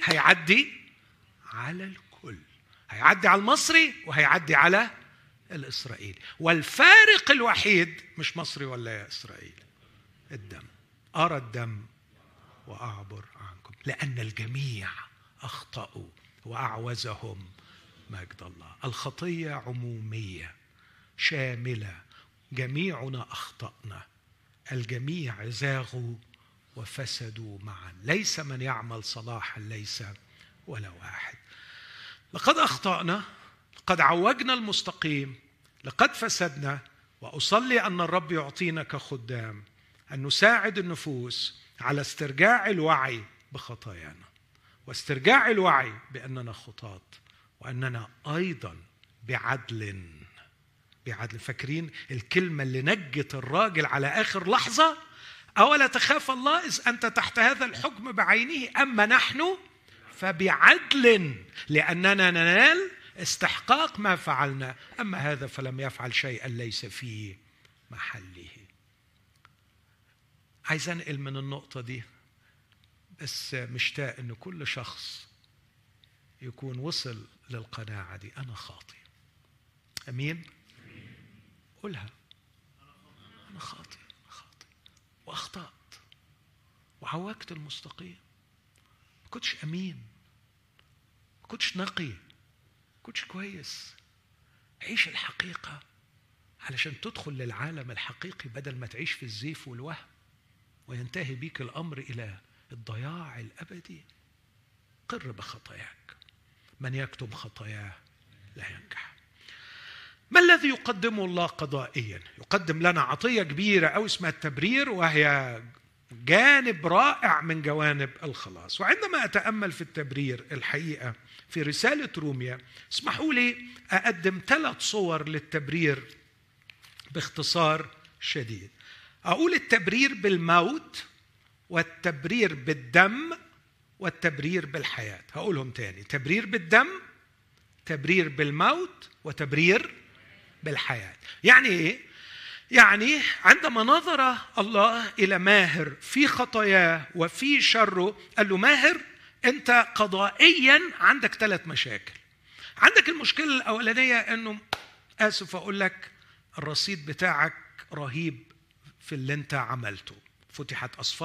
A: على الكل، هيعدي على المصري وهيعدي على الإسرائيلي. والفارق الوحيد مش مصري ولا إسرائيلي، الدم. أرى الدم وأعبر عنكم، لأن الجميع أخطأوا وأعوزهم مجد الله. الخطية عمومية شاملة، جميعنا أخطأنا، الجميع زاغوا وفسدوا معا، ليس من يعمل صلاحا، ليس ولا واحد. لقد أخطأنا، لقد عوجنا المستقيم، لقد فسدنا. وأصلي أن الرب يعطينا كخدام أن نساعد النفوس على استرجاع الوعي بخطايانا، واسترجاع الوعي بأننا خطاة، وأننا أيضا بعدل. فاكرين الكلمة اللي نجت الراجل على آخر لحظة؟ أولا تخاف الله إذ أنت تحت هذا الحكم بعينه، أما نحن فبعدل لأننا ننال استحقاق ما فعلنا، أما هذا فلم يفعل شيئا ليس في محله. عايز أنقل من النقطة دي، بس مشتاق أن كل شخص يكون وصل للقناعة دي، أنا خاطئ. أمين؟ قولها، أنا خاطئ وأخطأت وعوجت المستقيم، ما كنتش أمين، ما كنتش نقي، ما كنتش كويس. عيش الحقيقة علشان تدخل للعالم الحقيقي، بدل ما تعيش في الزيف والوهم وينتهي بيك الأمر إلى الضياع الأبدي. قر بخطاياك، من يكتم خطاياه لا ينجح. ما الذي يقدمه الله قضائيا؟ يقدم لنا عطية كبيرة أو اسمها التبرير، وهي جانب رائع من جوانب الخلاص. وعندما أتأمل في التبرير الحقيقة في رسالة روميا، اسمحوا لي أقدم 3 صور للتبرير باختصار شديد. أقول التبرير بالموت، والتبرير بالدم، والتبرير بالحياة. هقولهم تاني: تبرير بالدم، تبرير بالموت، وتبرير بالحياة. يعني إيه؟ يعني عندما نظر الله إلى ماهر في خطاياه وفي شره، قال له: ماهر، أنت قضائيا عندك 3 مشاكل. عندك المشكلة الأولانية أنه، آسف أقول لك، الرصيد بتاعك رهيب في اللي أنت عملته. فتحت أسفار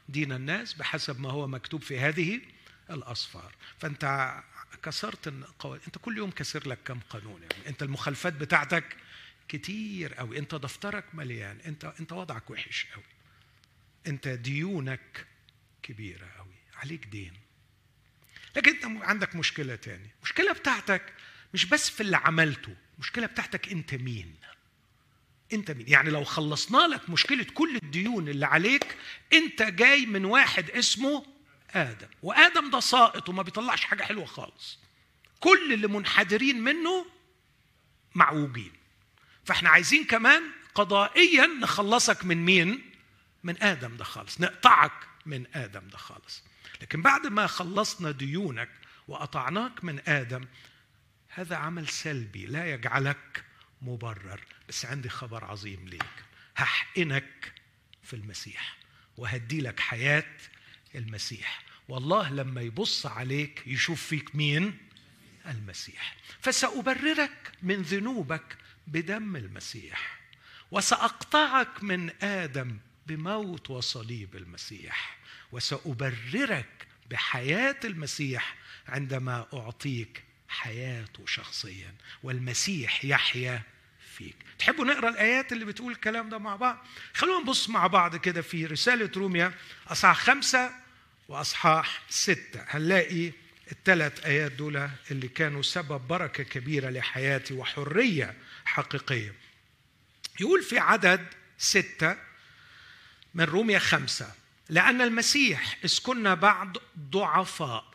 A: دين الناس بحسب ما هو مكتوب في هذه الأسفار. فأنت كسرت القوانين. أنت كل يوم كسر لك كم قانون يعني. أنت المخالفات بتاعتك كتير قوي، أنت دفترك مليان، أنت وضعك وحش قوي، أنت ديونك كبيرة قوي، عليك دين. لكن أنت عندك مشكلة تاني. المشكلة بتاعتك مش بس في اللي عملته، المشكلة بتاعتك أنت مين. أنت مين؟ يعني لو خلصنا لك مشكلة كل الديون اللي عليك، أنت جاي من واحد اسمه آدم، وآدم ده ساقط وما بيطلعش حاجة حلوة خالص. كل اللي منحدرين منه معوجين. فاحنا عايزين كمان قضائيا نخلصك من مين؟ من آدم ده خالص، نقطعك من آدم ده خالص. لكن بعد ما خلصنا ديونك وقطعناك من آدم، هذا عمل سلبي لا يجعلك مبرر. بس عندي خبر عظيم ليك، هحقنك في المسيح وهدي لك حياة المسيح. والله لما يبص عليك يشوف فيك مين؟ المسيح. فسأبررك من ذنوبك بدم المسيح، وسأقطعك من آدم بموت وصليب المسيح، وسأبررك بحياة المسيح عندما أعطيك حياته شخصيا، والمسيح يحيا فيك. تحبوا نقرأ الآيات اللي بتقول الكلام ده مع بعض؟ خلونا نبص مع بعض كده في رسالة روميا أصحاح 5 وأصحاح 6. هنلاقي الثلاث آيات دول اللي كانوا سبب بركة كبيرة لحياتي وحرية حقيقية. يقول في عدد 6 من روميا 5: لأن المسيح إذ كنا بعد ضعفاء.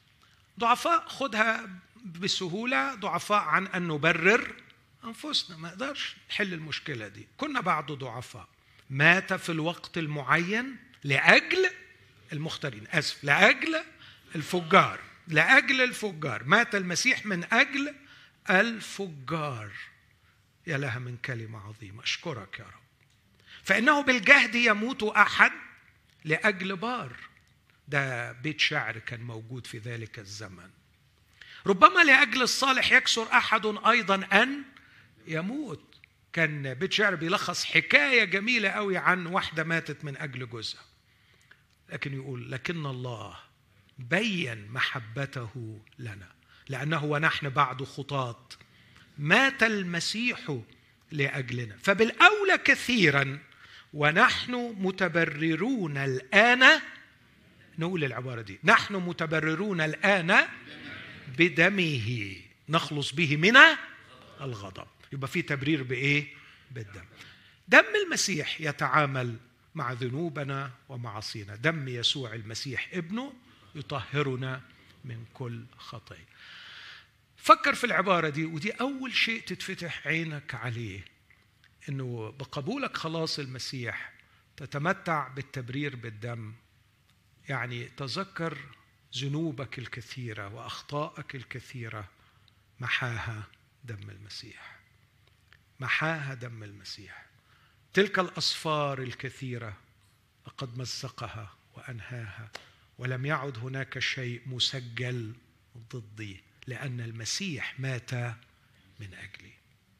A: خدها بسهولة، ضعفاء عن أن نبرر أنفسنا، ما نقدرش نحل المشكلة دي. كنا بعد ضعفاء، مات في الوقت المعين لأجل المختارين، لأجل الفجار. لأجل الفجار مات المسيح، من أجل الفجار. يا لها من كلمة عظيمة، أشكرك يا رب. فإنه بالجهد يموت أحد لأجل بار. ده بيت شعر كان موجود في ذلك الزمن. ربما لأجل الصالح يكسر أحد أيضا أن يموت. كان بيت شعر بيلخص حكاية جميلة قوي عن واحدة ماتت من أجل جوزها. لكن يقول لكن الله بين محبته لنا لأنه ونحن بعد خطاة مات المسيح لأجلنا، فبالأولى كثيرا ونحن متبررون الآن. نقول العبارة دي، نحن متبررون الآن بدمه نخلص به من الغضب. يبقى في تبرير بإيه؟ بالدم. دم المسيح يتعامل مع ذنوبنا ومعاصينا. دم يسوع المسيح ابنه يطهرنا من كل خطية. فكر في العبارة دي، ودي أول شيء تتفتح عينك عليه، إنه بقبولك خلاص المسيح تتمتع بالتبرير بالدم. يعني تذكر ذنوبك الكثيرة وأخطائك الكثيرة محاها دم المسيح، محاها دم المسيح. تلك الأصفار الكثيرة لقد مزقها وأنهاها، ولم يعد هناك شيء مسجل ضدي، لأن المسيح مات من أجلي.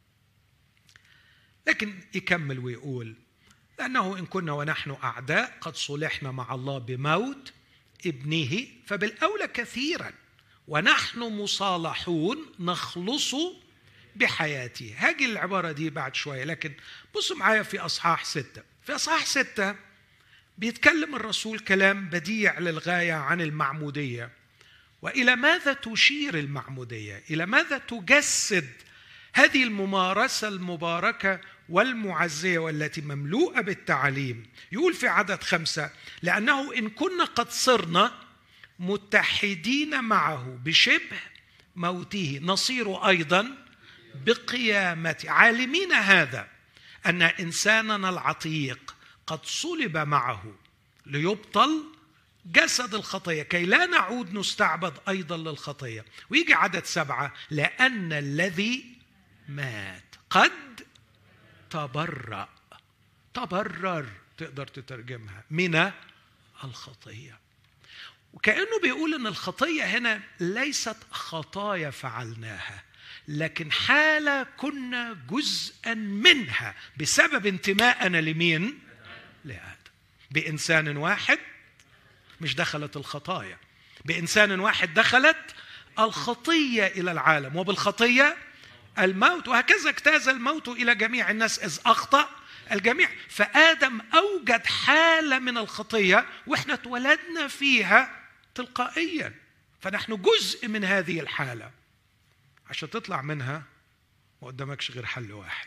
A: لكن يكمل ويقول لأنه إن كنا ونحن أعداء قد صلحنا مع الله بموت ابنه، فبالأولى كثيرا ونحن مصالحون نخلص بحياته. هاجي العبارة دي بعد شوية، لكن بصوا معايا في أصحاح 6. في أصحاح 6 بيتكلم الرسول كلام بديع للغاية عن المعمودية، وإلى ماذا تشير المعمودية، إلى ماذا تجسد هذه الممارسة المباركة والمعزية والتي مملوءة بالتعليم. يقول في عدد 5: لأنه إن كنا قد صرنا متحدين معه بشبه موته نصير أيضا بقيامته، عالمين هذا أن إنساننا العتيق قد صلب معه ليبطل جسد الخطية كي لا نعود نستعبد أيضا للخطية. ويجي عدد 7: لأن الذي مات قد تبرر تقدر تترجمها من الخطية. وكأنه بيقول أن الخطية هنا ليست خطايا فعلناها، لكن حالة كنا جزءا منها بسبب انتماءنا لمين؟ لآدم. بإنسان واحد مش دخلت الخطايا. بإنسان واحد دخلت الخطية إلى العالم، وبالخطية الموت، وهكذا اجتاز الموت إلى جميع الناس إذ أخطأ الجميع. فآدم أوجد حالة من الخطية وإحنا اتولدنا فيها تلقائيا، فنحن جزء من هذه الحالة. عشان تطلع منها ما قدامكش غير حل واحد: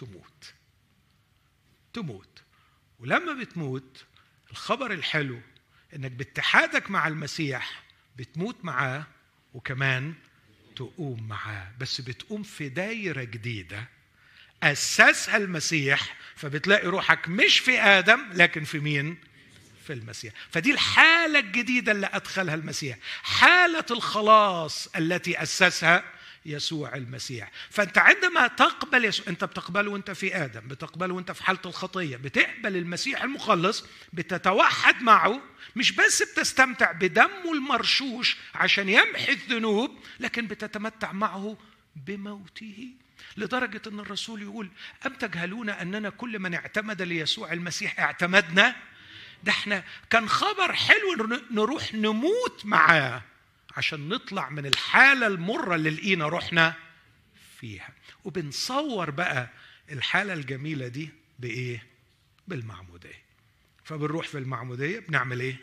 A: تموت. ولما بتموت، الخبر الحلو إنك باتحادك مع المسيح بتموت معاه وكمان تقوم معاه، بس بتقوم في دايرة جديدة أسسها المسيح. فبتلاقي روحك مش في آدم لكن في مين؟ في المسيح. فدي الحالة الجديدة اللي أدخلها المسيح، حالة الخلاص التي أسسها يسوع المسيح. فأنت عندما تقبل يسوع، أنت بتقبله وأنت في آدم، بتقبله وأنت في حالة الخطية، بتقبل المسيح المخلص، بتتوحد معه، مش بس بتستمتع بدمه المرشوش عشان يمحي الذنوب، لكن بتتمتع معه بموته. لدرجة أن الرسول يقول: أم تجهلون أننا كل من اعتمد ليسوع المسيح اعتمدنا؟ ده احنا كان خبر حلو نروح نموت معاه عشان نطلع من الحالة المرة اللي لقينا روحنا فيها. وبنصور بقى الحالة الجميلة دي بإيه؟ بالمعمودية. فبنروح في المعمودية بنعمل إيه؟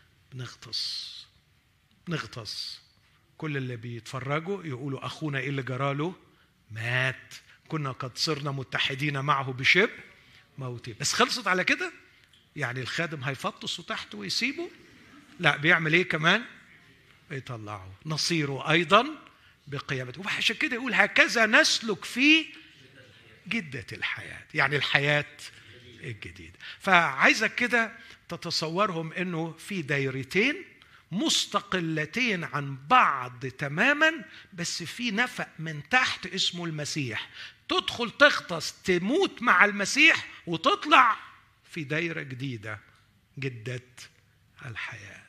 A: بنغطس. كل اللي بيتفرجوا يقولوا: أخونا إيه اللي جراله؟ مات. كنا قد صرنا متحدين معه بشبه موته. بس خلصت على كده؟ يعني الخادم هيفطسوا تحت ويسيبه؟ لا، بيعمل إيه كمان؟ يطلعه، نصيره أيضا بقيامته. وعشان كده يقول: هكذا نسلك في جدة الحياة، يعني الحياة الجديدة. فعايزك كده تتصورهم إنه في دايرتين مستقلتين عن بعض تماما، بس في نفق من تحت اسمه المسيح. تدخل تغطس تموت مع المسيح وتطلع في دايرة جديدة، جدة الحياة.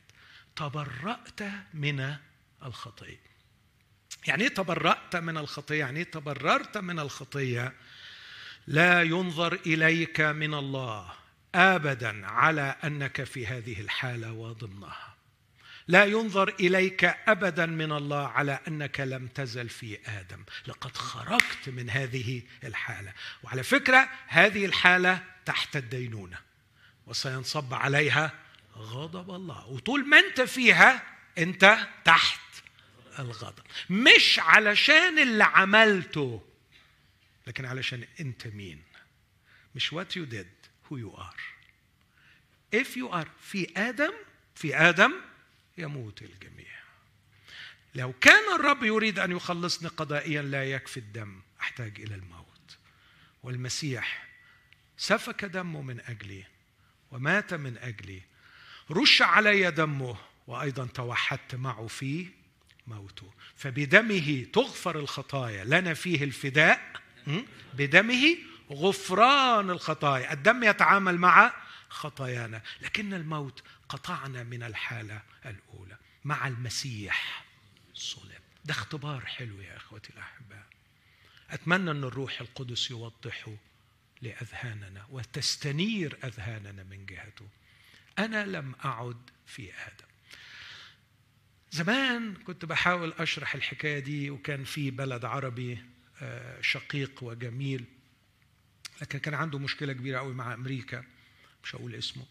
A: تبرأت من الخطية. يعني ايه تبرأت من الخطية؟ يعني ايه تبررت من الخطية؟ لا ينظر إليك من الله أبدا على أنك في هذه الحالة وضمنها. لا ينظر إليك أبدا من الله على أنك لم تزل في آدم، لقد خرجت من هذه الحالة. وعلى فكرة هذه الحالة تحت الدينونة وسينصب عليها غضب الله، وطول ما أنت فيها أنت تحت الغضب، مش علشان اللي عملته لكن علشان أنت مين. مش what you did, who you are. if you are في آدم يموت الجميع. لو كان الرب يريد أن يخلصني قضائيا لا يكفي الدم، أحتاج إلى الموت. والمسيح سفك دمه من أجلي ومات من أجلي، رش علي دمه، وأيضا توحدت معه في موته. فبدمه تغفر الخطايا، لنا فيه الفداء، بدمه غفران الخطايا. الدم يتعامل مع خطايانا، لكن الموت قطعنا من الحالة الأولى. مع المسيح صلب. ده اختبار حلو يا أخوتي الأحباء. أتمنى أن الروح القدس يوضحه لأذهاننا وتستنير أذهاننا من جهته. أنا لم أعد في آدم. زمان كنت بحاول أشرح الحكاية دي، وكان في بلد عربي شقيق وجميل، لكن كان عنده مشكلة كبيرة قوي مع أمريكا، مش هقول اسمه.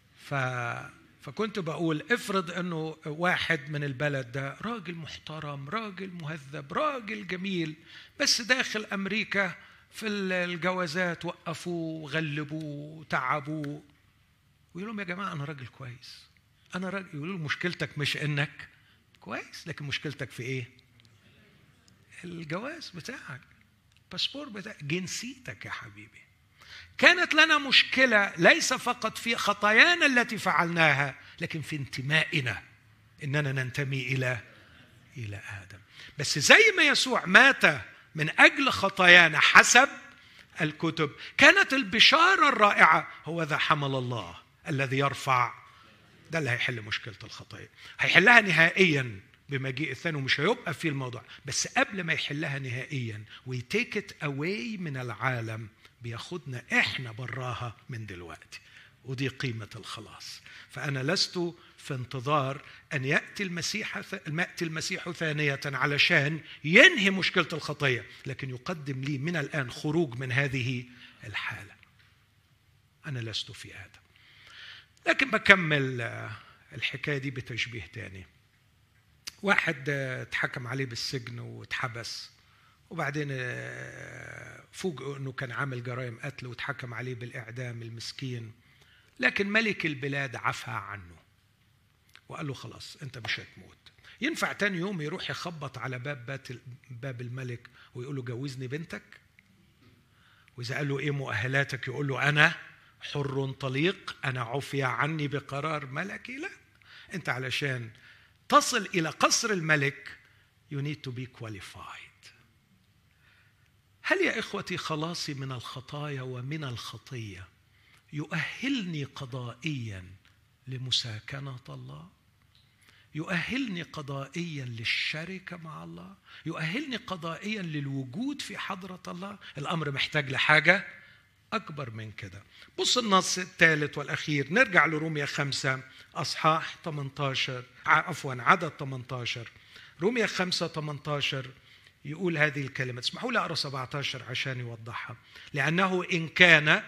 A: فكنت بقول افرض أنه واحد من البلد ده راجل محترم، راجل مهذب، راجل جميل، بس داخل أمريكا في الجوازات وقفوه وغلبوه وتعبوه، ويقول لهم: يا جماعة أنا راجل كويس، أنا راجل. يقولوا له: مشكلتك مش إنك كويس، لكن مشكلتك في إيه؟ الجواز بتاعك، باسبور بتاعك، جنسيتك يا حبيبي. كانت لنا مشكلة ليس فقط في خطايانا التي فعلناها، لكن في انتمائنا، إننا ننتمي إلى آدم. بس زي ما يسوع مات من أجل خطايانا حسب الكتب، كانت البشارة الرائعة: هو ذا حمل الله الذي يرفع. ده اللي هيحل مشكلة الخطايا، هيحلها نهائيا بمجيء الثاني، ومش هيبقى في الموضوع. بس قبل ما يحلها نهائيا ويتيك ات اواي من العالم، بياخدنا احنا براها من دلوقتي ودي قيمة الخلاص. فأنا لست في انتظار أن يأتي المسيح ثانية علشان ينهي مشكلة الخطية، لكن يقدم لي من الآن خروج من هذه الحالة. أنا لست في هذا. لكن بكمل الحكاية دي بتشبيه تاني. واحد اتحكم عليه بالسجن واتحبس، وبعدين فوجئوا أنه كان عامل جرائم قتل واتحكم عليه بالإعدام المسكين، لكن ملك البلاد عفى عنه وقال له خلاص أنت مش هتموت. ينفع تاني يوم يروح يخبط على باب الملك ويقول له جوزني بنتك؟ وإذا قال له إيه مؤهلاتك يقول له أنا حر طليق، أنا عفي عني بقرار ملكي؟ لا، أنت علشان تصل إلى قصر الملك you need to be qualified. هل يا إخوتي خلاصي من الخطايا ومن الخطية يؤهلني قضائيا لمساكنة الله؟ يؤهلني قضائيا للشركة مع الله؟ يؤهلني قضائيا للوجود في حضرة الله؟ الأمر محتاج لحاجة أكبر من كده. بص النص الثالث والأخير، نرجع لرومية 5 أصحاح 18 عدد 18. رومية 5:18 يقول هذه الكلمة. اسمحوا لي أقرأ 17 عشان يوضحها. لأنه إن كان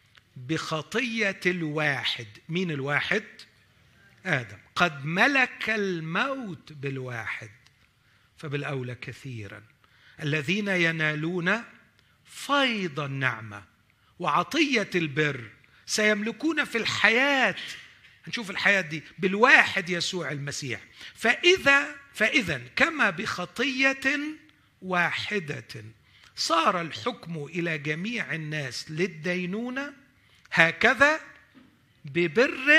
A: بخطية الواحد، مين الواحد؟ آدم، قد ملك الموت بالواحد، فبالأولى كثيرا الذين ينالون فيض النعمة وعطية البر سيملكون في الحياة، هنشوف الحياة دي بالواحد يسوع المسيح. فإذا كما بخطية واحدة صار الحكم إلى جميع الناس للدينونة، هكذا ببر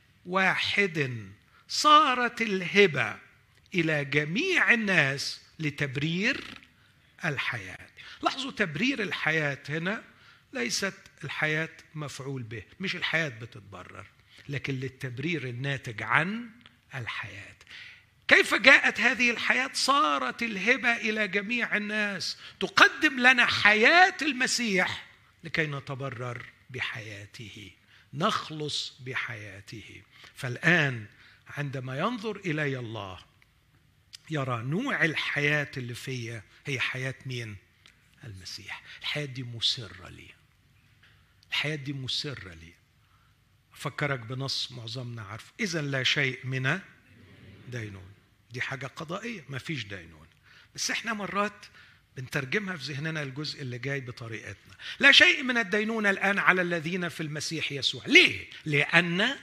A: واحد صارت الهبة إلى جميع الناس لتبرير الحياة. لاحظوا تبرير الحياة هنا ليست الحياة مفعول به، مش الحياة بتتبرر، لكن للتبرير الناتج عن الحياة. كيف جاءت هذه الحياة؟ صارت الهبة إلى جميع الناس، تقدم لنا حياة المسيح لكي نتبرر بحياته، نخلص بحياته. فالآن عندما ينظر إلي الله يرى نوع الحياة اللي فيا هي حياة مين؟ المسيح. الحياة دي مسرة لي، الحياة دي مسرة لي. أفكرك بنص معظمنا عارف، إذن لا شيء من دينون. دي حاجة قضائية، ما فيش دينون، بس إحنا مرات بنترجمها في ذهننا الجزء اللي جاي بطريقتنا. لا شيء من الدينونة الآن على الذين في المسيح يسوع. ليه؟ لأن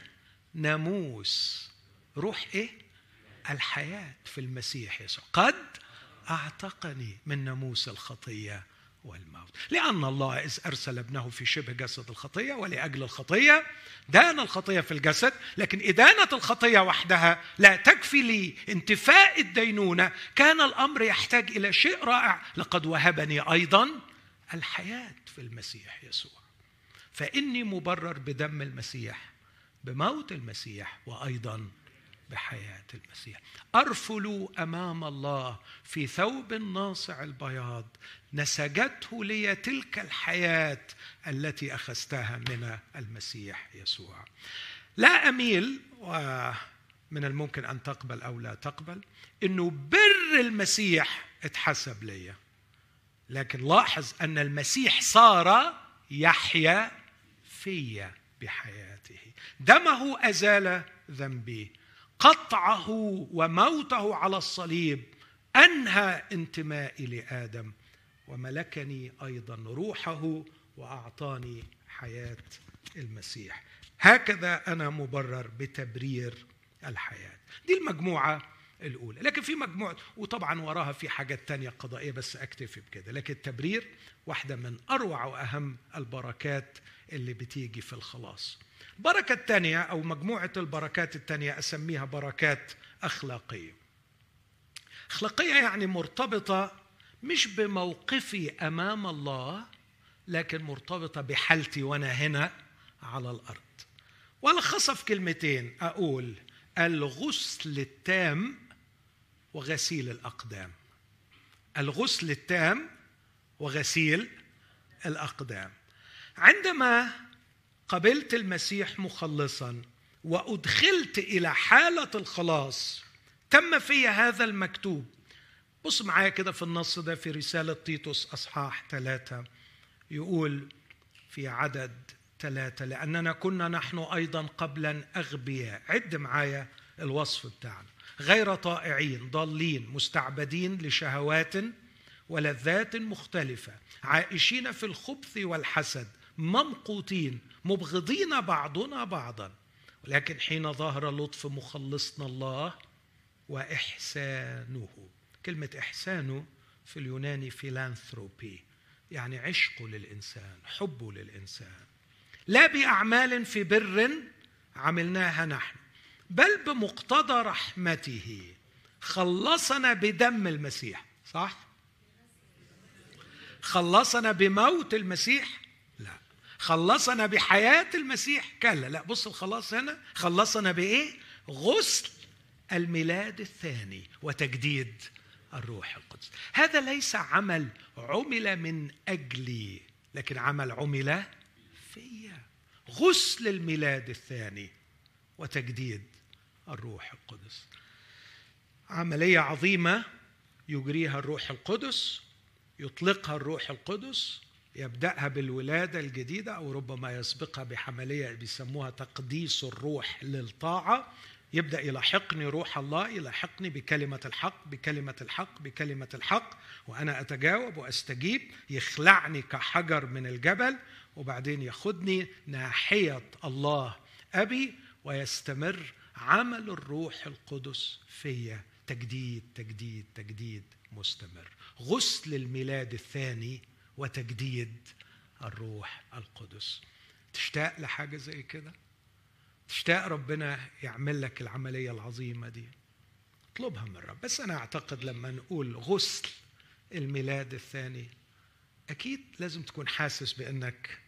A: ناموس روح إيه؟ الحياة في المسيح يسوع قد أعتقني من ناموس الخطية والموت. لأن الله إذ أرسل ابنه في شبه جسد الخطية ولأجل الخطية دان الخطية في الجسد، لكن إدانة الخطية وحدها لا تكفي لي انتفاء الدينونة. كان الأمر يحتاج إلى شيء رائع، لقد وهبني أيضا الحياة في المسيح يسوع. فإني مبرر بدم المسيح، بموت المسيح، وأيضا بحياة المسيح. أرفل أمام الله في ثوب ناصع البياض، نسجته لي تلك الحياة التي أخذتها من المسيح يسوع. لا أميل، ومن الممكن أن تقبل أو لا تقبل، إنه بر المسيح اتحسب لي، لكن لاحظ أن المسيح صار يحيا في بحياته. دمه أزال ذنبي، قطعه وموته على الصليب أنهى انتمائي لآدم، وملكني أيضا روحه وأعطاني حياة المسيح. هكذا أنا مبرر بتبرير الحياة. دي المجموعة الأولى، لكن في مجموعة وطبعا وراها في حاجات تانية قضائية، بس أكتفي بكده. لكن التبرير واحدة من أروع وأهم البركات اللي بتيجي في الخلاص. البركة الثانية أو مجموعة البركات الثانية أسميها بركات أخلاقية. أخلاقية يعني مرتبطة مش بموقفي أمام الله، لكن مرتبطة بحالتي وأنا هنا على الأرض. والخصها في كلمتين، أقول الغسل التام وغسيل الأقدام. الغسل التام وغسيل الأقدام. عندما قبلت المسيح مخلصا وأدخلت إلى حالة الخلاص، تم في هذا المكتوب. بص معايا كده في النص ده في رسالة تيتوس أصحاح 3، يقول في عدد 3: لأننا كنا نحن أيضا قبلا أغبياء. عد معايا الوصف بتاعنا: غير طائعين، ضالين، مستعبدين لشهوات ولذات مختلفة، عائشين في الخبث والحسد، ممقوتين، مبغضين بعضنا بعضا. ولكن حين ظهر لطف مخلصنا الله وإحسانه. كلمة إحسانه في اليوناني فيلانثروبي، يعني عشقه للإنسان، حبه للإنسان، لا بأعمال في بر عملناها نحن، بل بمقتضى رحمته خلصنا بدم المسيح. صح؟ خلصنا بموت المسيح؟ لا. خلصنا بحياة المسيح؟ كلا. لا، بص الخلاص هنا خلصنا بإيه؟ غسل الميلاد الثاني وتجديد الروح القدس. هذا ليس عمل عمل من أجلي، لكن عمل عمل فيا. غسل الميلاد الثاني وتجديد الروح القدس، عملية عظيمة يجريها الروح القدس، يطلقها الروح القدس، يبدأها بالولادة الجديدة، أو ربما يسبقها بعملية بيسموها تقديس الروح للطاعة. يبدأ يلاحقني روح الله، يلاحقني بكلمة الحق بكلمة الحق بكلمة الحق، وأنا أتجاوب وأستجيب، يخلعني كحجر من الجبل، وبعدين ياخدني ناحية الله أبي، ويستمر عمل الروح القدس فيا، تجديد تجديد تجديد مستمر. غسل الميلاد الثاني وتجديد الروح القدس. تشتاق لحاجة زي كده؟ تشتاق ربنا يعمل لك العملية العظيمة دي؟ اطلبها من رب. بس أنا أعتقد لما نقول غسل الميلاد الثاني، أكيد لازم تكون حاسس بأنك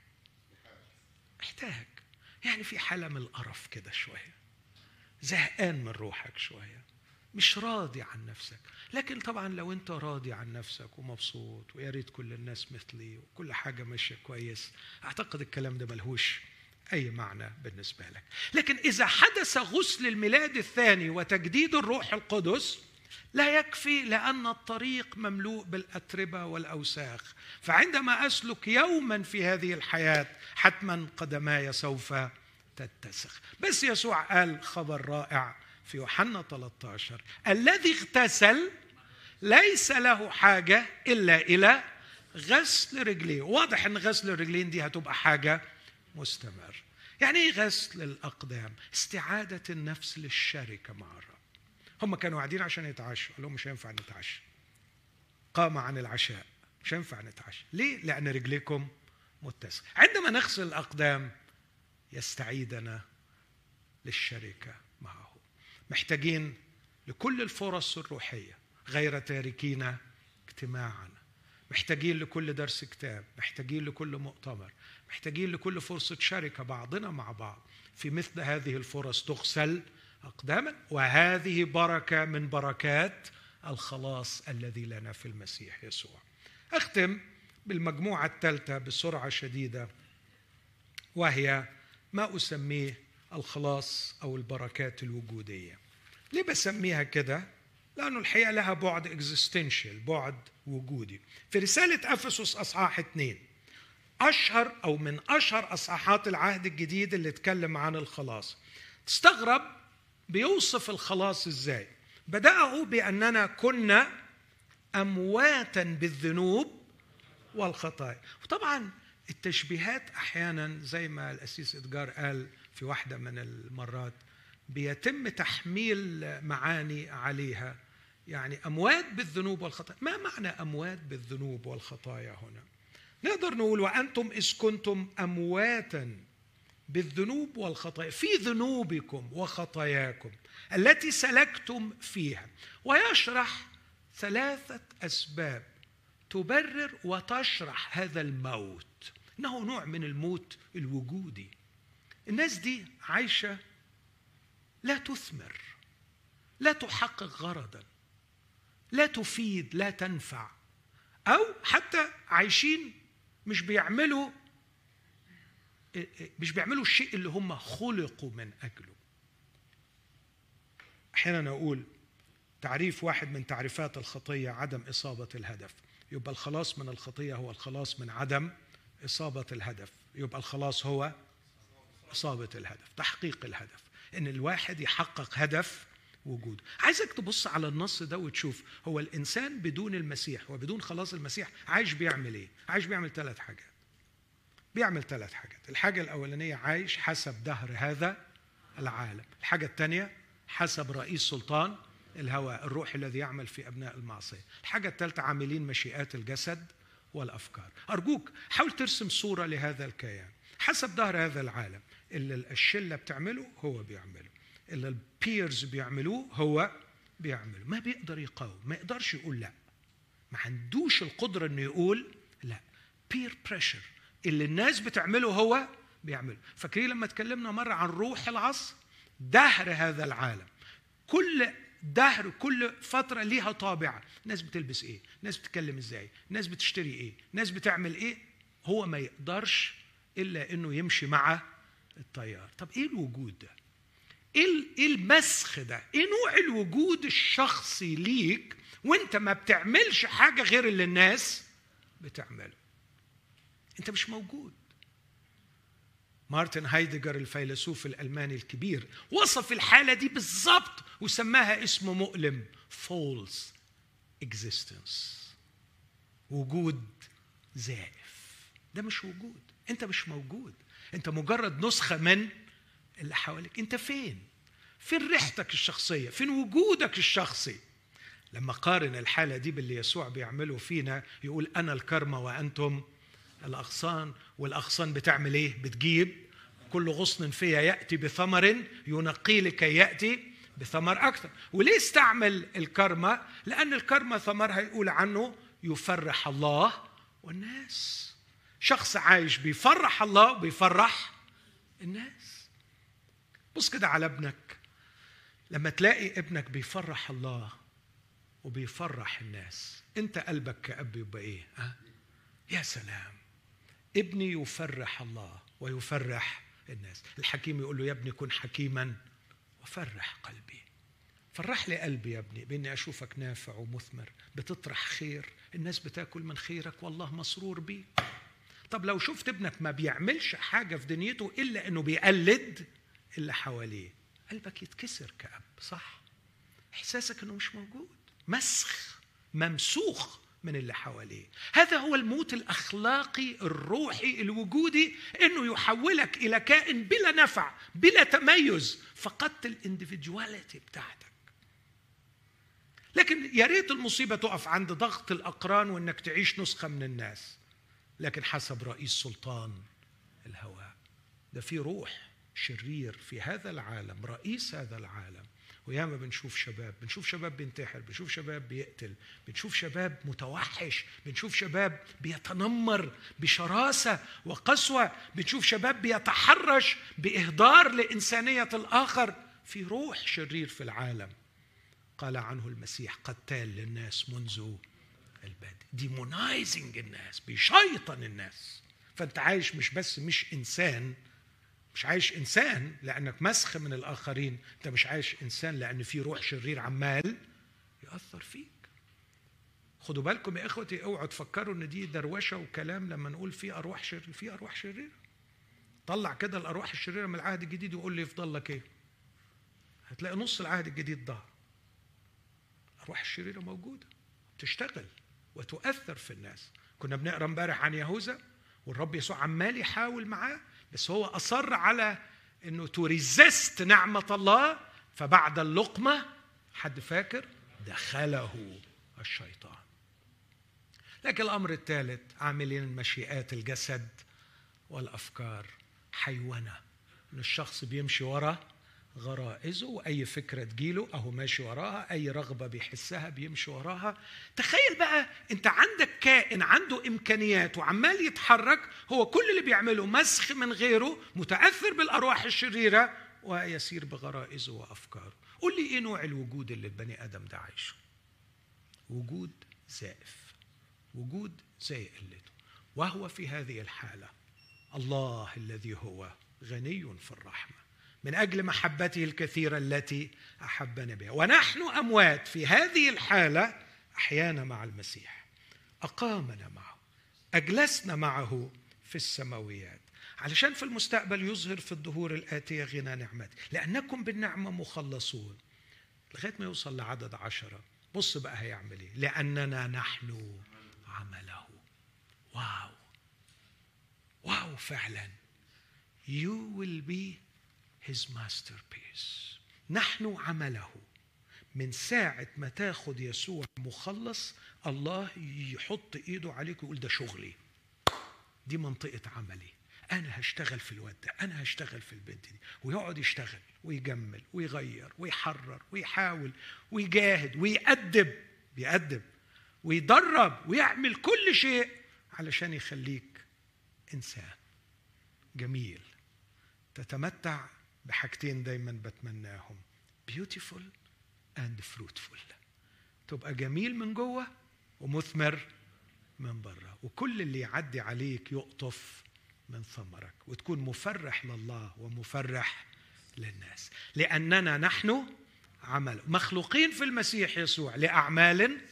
A: محتاج، يعني في حالة من القرف كده شوية، زهقان من روحك شوية، مش راضي عن نفسك. لكن طبعا لو انت راضي عن نفسك ومبسوط ويا ريت كل الناس مثلي وكل حاجة ماشية كويس، أعتقد الكلام ده ملهوش أي معنى بالنسبة لك. لكن إذا حدث غسل الميلاد الثاني وتجديد الروح القدس، لا يكفي، لأن الطريق مملوء بالأتربة والأوساخ. فعندما أسلك يوما في هذه الحياة حتما قدماي سوف تتسخ. بس يسوع قال خبر رائع في يوحنا 13: الذي اغتسل ليس له حاجة إلا إلى غسل رجليه. واضح أن غسل الرجلين دي هتبقى حاجة مستمر. يعني إيه غسل الأقدام؟ استعادة النفس للشركة مع الرب. هم كانوا قاعدين عشان يتعشوا، قال لهم مش هينفع نتعشى. قام عن العشاء، مش هينفع نتعشى. ليه؟ لأن رجليكم متسخة. عندما نغسل الأقدام يستعيدنا للشركة معه. محتاجين لكل الفرص الروحية غير تاركين اجتماعنا، محتاجين لكل درس كتاب، محتاجين لكل مؤتمر، محتاجين لكل فرصة شركة بعضنا مع بعض. في مثل هذه الفرص تغسل أقداما، وهذه بركة من بركات الخلاص الذي لنا في المسيح يسوع. أختم بالمجموعة الثالثة بسرعة شديدة، وهي ما أسميه الخلاص أو البركات الوجودية. ليه بسميها كده؟ لأنه الحقيقة لها بعد existential، بعد وجودي. في رسالة أفسس أصحاح 2، أشهر أو من أشهر أصحاحات العهد الجديد اللي اتكلم عن الخلاص، تستغرب بيوصف الخلاص إزاي. بدأه بأننا كنا أمواتا بالذنوب والخطايا. وطبعا التشبيهات أحيانا زي ما الأسيس إدجار قال في واحدة من المرات بيتم تحميل معاني عليها. يعني أموات بالذنوب والخطايا، ما معنى أموات بالذنوب والخطايا هنا؟ نقدر نقول وأنتم إذ كنتم أمواتا بالذنوب والخطايا في ذنوبكم وخطاياكم التي سلكتم فيها. ويشرح 3 أسباب تبرر وتشرح هذا الموت، إنه نوع من الموت الوجودي. الناس دي عايشة لا تثمر، لا تحقق غرضا، لا تفيد، لا تنفع، أو حتى عايشين مش بيعملوا مش بيعملوا الشيء اللي هم خلقوا من أجله. أحيانا أقول تعريف واحد من تعريفات الخطية عدم إصابة الهدف. يبقى الخلاص من الخطية هو الخلاص من عدم إصابة الهدف. يبقى الخلاص هو إصابة الهدف، تحقيق الهدف، إن الواحد يحقق هدف وجوده. عايزك تبص على النص ده وتشوف هو الإنسان بدون المسيح وبدون خلاص المسيح عايش بيعمل إيه؟ عايش بيعمل 3 حاجات. بيعمل 3 حاجات. الحاجة الأولانية عايش حسب دهر هذا العالم. الحاجة الثانية حسب رئيس سلطان الهوى، الروح الذي يعمل في أبناء المعصية. الحاجة الثالثة عاملين مشيئات الجسد والأفكار. أرجوك حاول ترسم صورة لهذا الكيان. حسب دهر هذا العالم، اللي الشلة بتعمله هو بيعمله، اللي البيرز بيعملوه هو بيعمله. ما بيقدر يقاوم، ما يقدرش يقول لا، ما عندوش القدرة انه يقول لا. بير بريشر، اللي الناس بتعمله هو بيعمله. فاكرين لما اتكلمنا مرة عن روح العصر؟ دهر هذا العالم، كل دهر كل فترة ليها طابعة. الناس بتلبس ايه، الناس بتتكلم ازاي، الناس بتشتري ايه، الناس بتعمل ايه. هو ما يقدرش إلا انه يمشي مع التيار. طب ايه الوجود ده؟ ايه المسخ ده؟ ايه نوع الوجود الشخصي ليك وانت ما بتعملش حاجة غير اللي الناس بتعمله؟ انت مش موجود. مارتن هايدجر الفيلسوف الألماني الكبير وصف الحالة دي بالضبط وسماها اسم مؤلم: false existence، وجود زائف. ده مش وجود، انت مش موجود، انت مجرد نسخة من اللي حواليك. انت فين ريحتك الشخصية؟ فين وجودك الشخصي؟ لما قارن الحالة دي باللي يسوع بيعمله فينا، يقول أنا الكرمة وأنتم الأغصان. والأغصان بتعمل إيه؟ بتجيب كل غصن فيها يأتي بثمر ينقي لكي يأتي بثمر أكثر. وليه استعمل الكرمة؟ لأن الكرمة ثمرها يقول عنه يفرح الله والناس. شخص عايش بيفرح الله وبيفرح الناس. بص كده على ابنك، لما تلاقي ابنك بيفرح الله وبيفرح الناس، انت قلبك كأب يبقى ايه؟ يا سلام، ابني يفرح الله ويفرح الناس. الحكيم يقول له يا ابني كن حكيما وفرح قلبي. فرح لي قلبي يا ابني بإني أشوفك نافع ومثمر، بتطرح خير، الناس بتاكل من خيرك والله مسرور بيك. طب لو شفت ابنك ما بيعملش حاجة في دنيته إلا أنه بيقلد اللي حواليه، قلبك يتكسر كأب، صح؟ إحساسك أنه مش موجود، مسخ، ممسوخ من اللي حواليه. هذا هو الموت الأخلاقي الروحي الوجودي، أنه يحولك إلى كائن بلا نفع بلا تميز، فقدت الانديفيدواليتي بتاعتك. لكن يا ريت المصيبة تقف عند ضغط الأقران وأنك تعيش نسخة من الناس، لكن حسب رئيس سلطان الهواء. ده في روح شرير في هذا العالم، رئيس هذا العالم. وياما بنشوف شباب بينتحر، بنشوف شباب بيقتل، بنشوف شباب متوحش، بنشوف شباب بيتنمر بشراسة وقسوة، بنشوف شباب بيتحرش بإهدار لإنسانية الآخر. في روح شرير في العالم قال عنه المسيح قتال للناس منذ البدء، ديمونايزنج الناس، بيشيطن الناس. فأنت عايش مش إنسان، مش عايش إنسان لأنك مسخ من الآخرين، أنت مش عايش إنسان لأن في روح شرير عمال يأثر فيك. خدوا بالكم يا إخوتي، اوعوا تفكروا إن دي دروشة وكلام لما نقول في أرواح شريرة. في أرواح شريرة. طلع كده الأرواح الشريرة من العهد الجديد وقول لي يفضل لك إيه؟ هتلاقي نص العهد الجديد ضاع. الأرواح الشريرة موجودة، تشتغل وتؤثر في الناس. كنا بنقرأ امبارح عن يهوذا، والرب يسوع عمال يحاول معاه، بس هو أصر على أنه تريزست نعمة الله. فبعد اللقمة، حد فاكر؟ دخله الشيطان. لكن الأمر الثالث عاملين مشيئات الجسد والأفكار. حيوانة، أن الشخص بيمشي وراء غرائزه، وأي فكرة تجيله أهو ماشي وراها، أي رغبة بيحسها بيمشي وراها. تخيل بقى أنت عندك كائن عنده إمكانيات وعمال يتحرك، هو كل اللي بيعمله مسخ من غيره، متأثر بالأرواح الشريرة ويسير بغرائزه وأفكاره. قل لي إيه نوع الوجود اللي البني آدم ده عايشه؟ وجود زائف، وجود زي قلته. وهو في هذه الحالة الله الذي هو غني في الرحمة من أجل محبته الكثيرة التي أحبنا بها ونحن أموات في هذه الحالة أحيانا مع المسيح، أقامنا معه، أجلسنا معه في السماويات، علشان في المستقبل يظهر في الدهور الآتية غنى نعمته، لأنكم بالنعمة مخلصون، لغاية ما يوصل لعدد 10. بص بقى هيعمل إيه؟ لأننا نحن عمله. واو واو فعلا. You will be his masterpiece. نحن عمله. من ساعة ما تاخد يسوع مخلص، الله يحط ايده عليك ويقول ده شغلي، دي منطقة عملي، أنا هشتغل في الواد ده، أنا هشتغل في البنت دي، ويقعد يشتغل ويجمل ويغير ويحرر ويحاول ويجاهد بيأدب ويدرب ويعمل كل شيء علشان يخليك إنسان جميل تتمتع بحاجتين دايما بتمناهم: beautiful and fruitful. تبقى جميل من جوه ومثمر من بره، وكل اللي يعدي عليك يقطف من ثمرك، وتكون مفرح لله ومفرح للناس. لأننا نحن عمل مخلوقين في المسيح يسوع لأعمال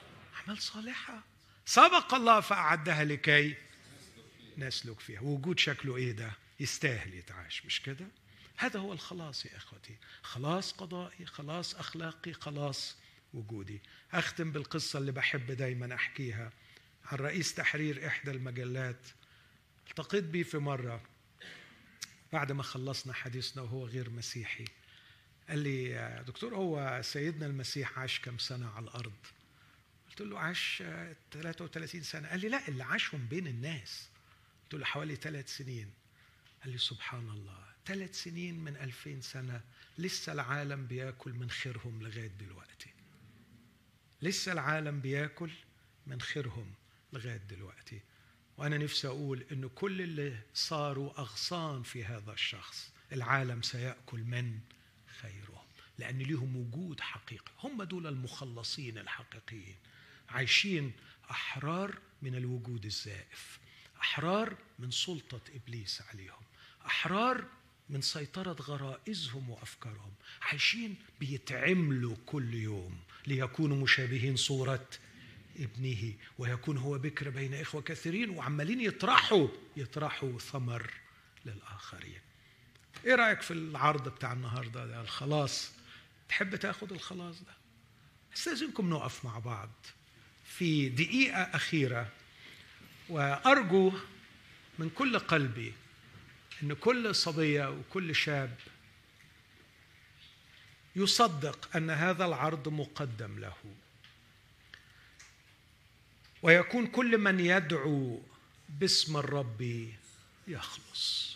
A: صالحة سبق الله فأعدها لكي نسلك فيها. وجود شكله إيه ده؟ يستاهل يتعاش، مش كده؟ هذا هو الخلاص يا أخوتي، خلاص قضائي، خلاص أخلاقي، خلاص وجودي. أختم بالقصة اللي بحب دايما أحكيها عن رئيس تحرير إحدى المجلات. التقيت بيه في مرة بعد ما خلصنا حديثنا وهو غير مسيحي. قال لي: يا دكتور، هو سيدنا المسيح عاش كم سنة على الأرض؟ قلت له: عاش 33 سنة. قال لي: لا، اللي عاشهم بين الناس. قلت له: حوالي 3 سنين. قال لي: سبحان الله، 3 سنين من 2000 سنة لسه العالم بياكل من خيرهم لغاية دلوقتي. لسه العالم بياكل من خيرهم لغاية دلوقتي. وأنا نفسي أقول إنه كل اللي صاروا أغصان في هذا الشخص العالم سيأكل من خيرهم، لأن ليهم وجود حقيقي. هم دول المخلصين الحقيقيين، عايشين أحرار من الوجود الزائف، أحرار من سلطة إبليس عليهم، أحرار من سيطرة غرائزهم وأفكارهم، عايشين بيتعملوا كل يوم ليكونوا مشابهين صورة ابنه ويكون هو بكر بين إخوة كثيرين، وعمالين يطرحوا ثمر للآخرين. إيه رأيك في العرض بتاع النهاردة ده، الخلاص؟ تحب تاخد الخلاص ده؟ استاذنكم نقف مع بعض في دقيقة أخيرة، وأرجو من كل قلبي أن كل صبية وكل شاب يصدق أن هذا العرض مقدم له، ويكون كل من يدعو باسم الرب يخلص.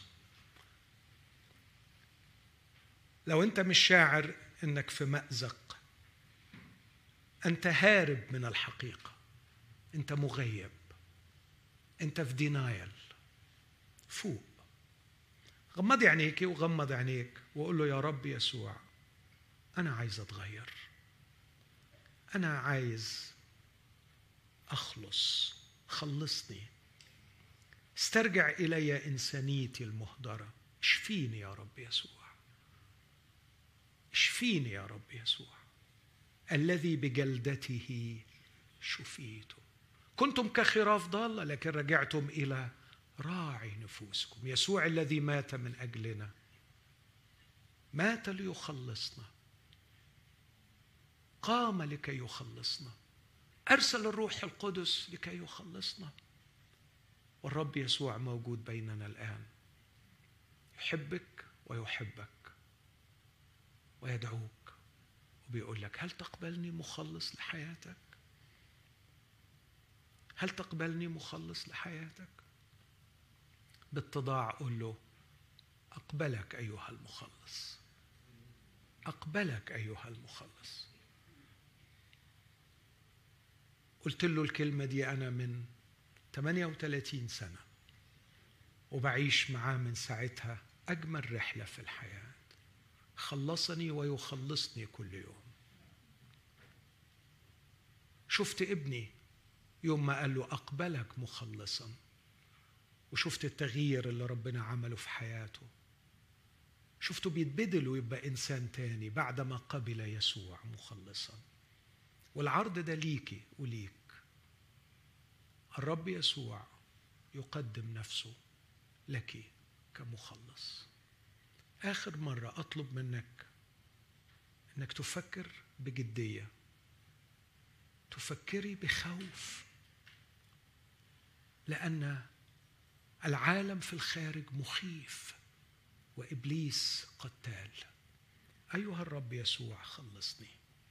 A: لو أنت مش شاعر أنك في مأزق، أنت هارب من الحقيقة، أنت مغيب، أنت في دينايل، فوق، غمض عينيك وغمض عينيك وقول له: يا رب يسوع، أنا عايز أتغير، أنا عايز أخلص، خلصني، استرجع إلي إنسانيتي المهدرة، اشفيني يا رب يسوع، اشفيني يا رب يسوع الذي بجلدته شفيتم. كنتم كخراف ضالة لكن رجعتم إلى راعي نفوسكم. يسوع الذي مات من أجلنا، مات ليخلصنا، قام لكي يخلصنا، أرسل الروح القدس لكي يخلصنا. والرب يسوع موجود بيننا الآن، يحبك ويحبك ويدعوك وبيقول لك: هل تقبلني مخلص لحياتك؟ هل تقبلني مخلص لحياتك؟ باتضاع قول له: أقبلك أيها المخلص، أقبلك أيها المخلص. قلت له الكلمة دي أنا من 38 سنة، وبعيش معاه من ساعتها أجمل رحلة في الحياة. خلصني ويخلصني كل يوم. شفت ابني يوم ما قال له: أقبلك مخلصا، وشفت التغيير اللي ربنا عمله في حياته، شفته بيتبدل ويبقى إنسان تاني بعدما قبل يسوع مخلصا. والعرض ده ليكي وليك. الرب يسوع يقدم نفسه لك كمخلص. آخر مرة أطلب منك أنك تفكر بجدية، تفكري بخوف، لأن العالم في الخارج مخيف وإبليس قتال. أيها الرب يسوع خلصني.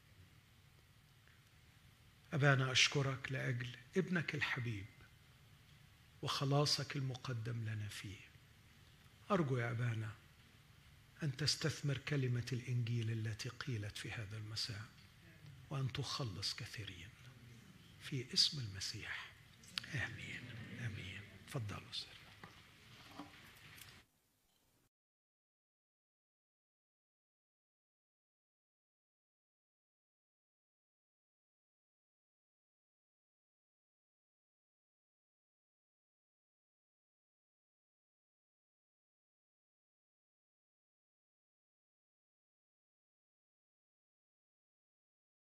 A: أبانا أشكرك لأجل ابنك الحبيب وخلاصك المقدم لنا فيه. أرجو يا أبانا أن تستثمر كلمة الإنجيل التي قيلت في هذا المساء، وأن تخلص كثيرين في اسم المسيح. آمين آمين. تفضلوا سر.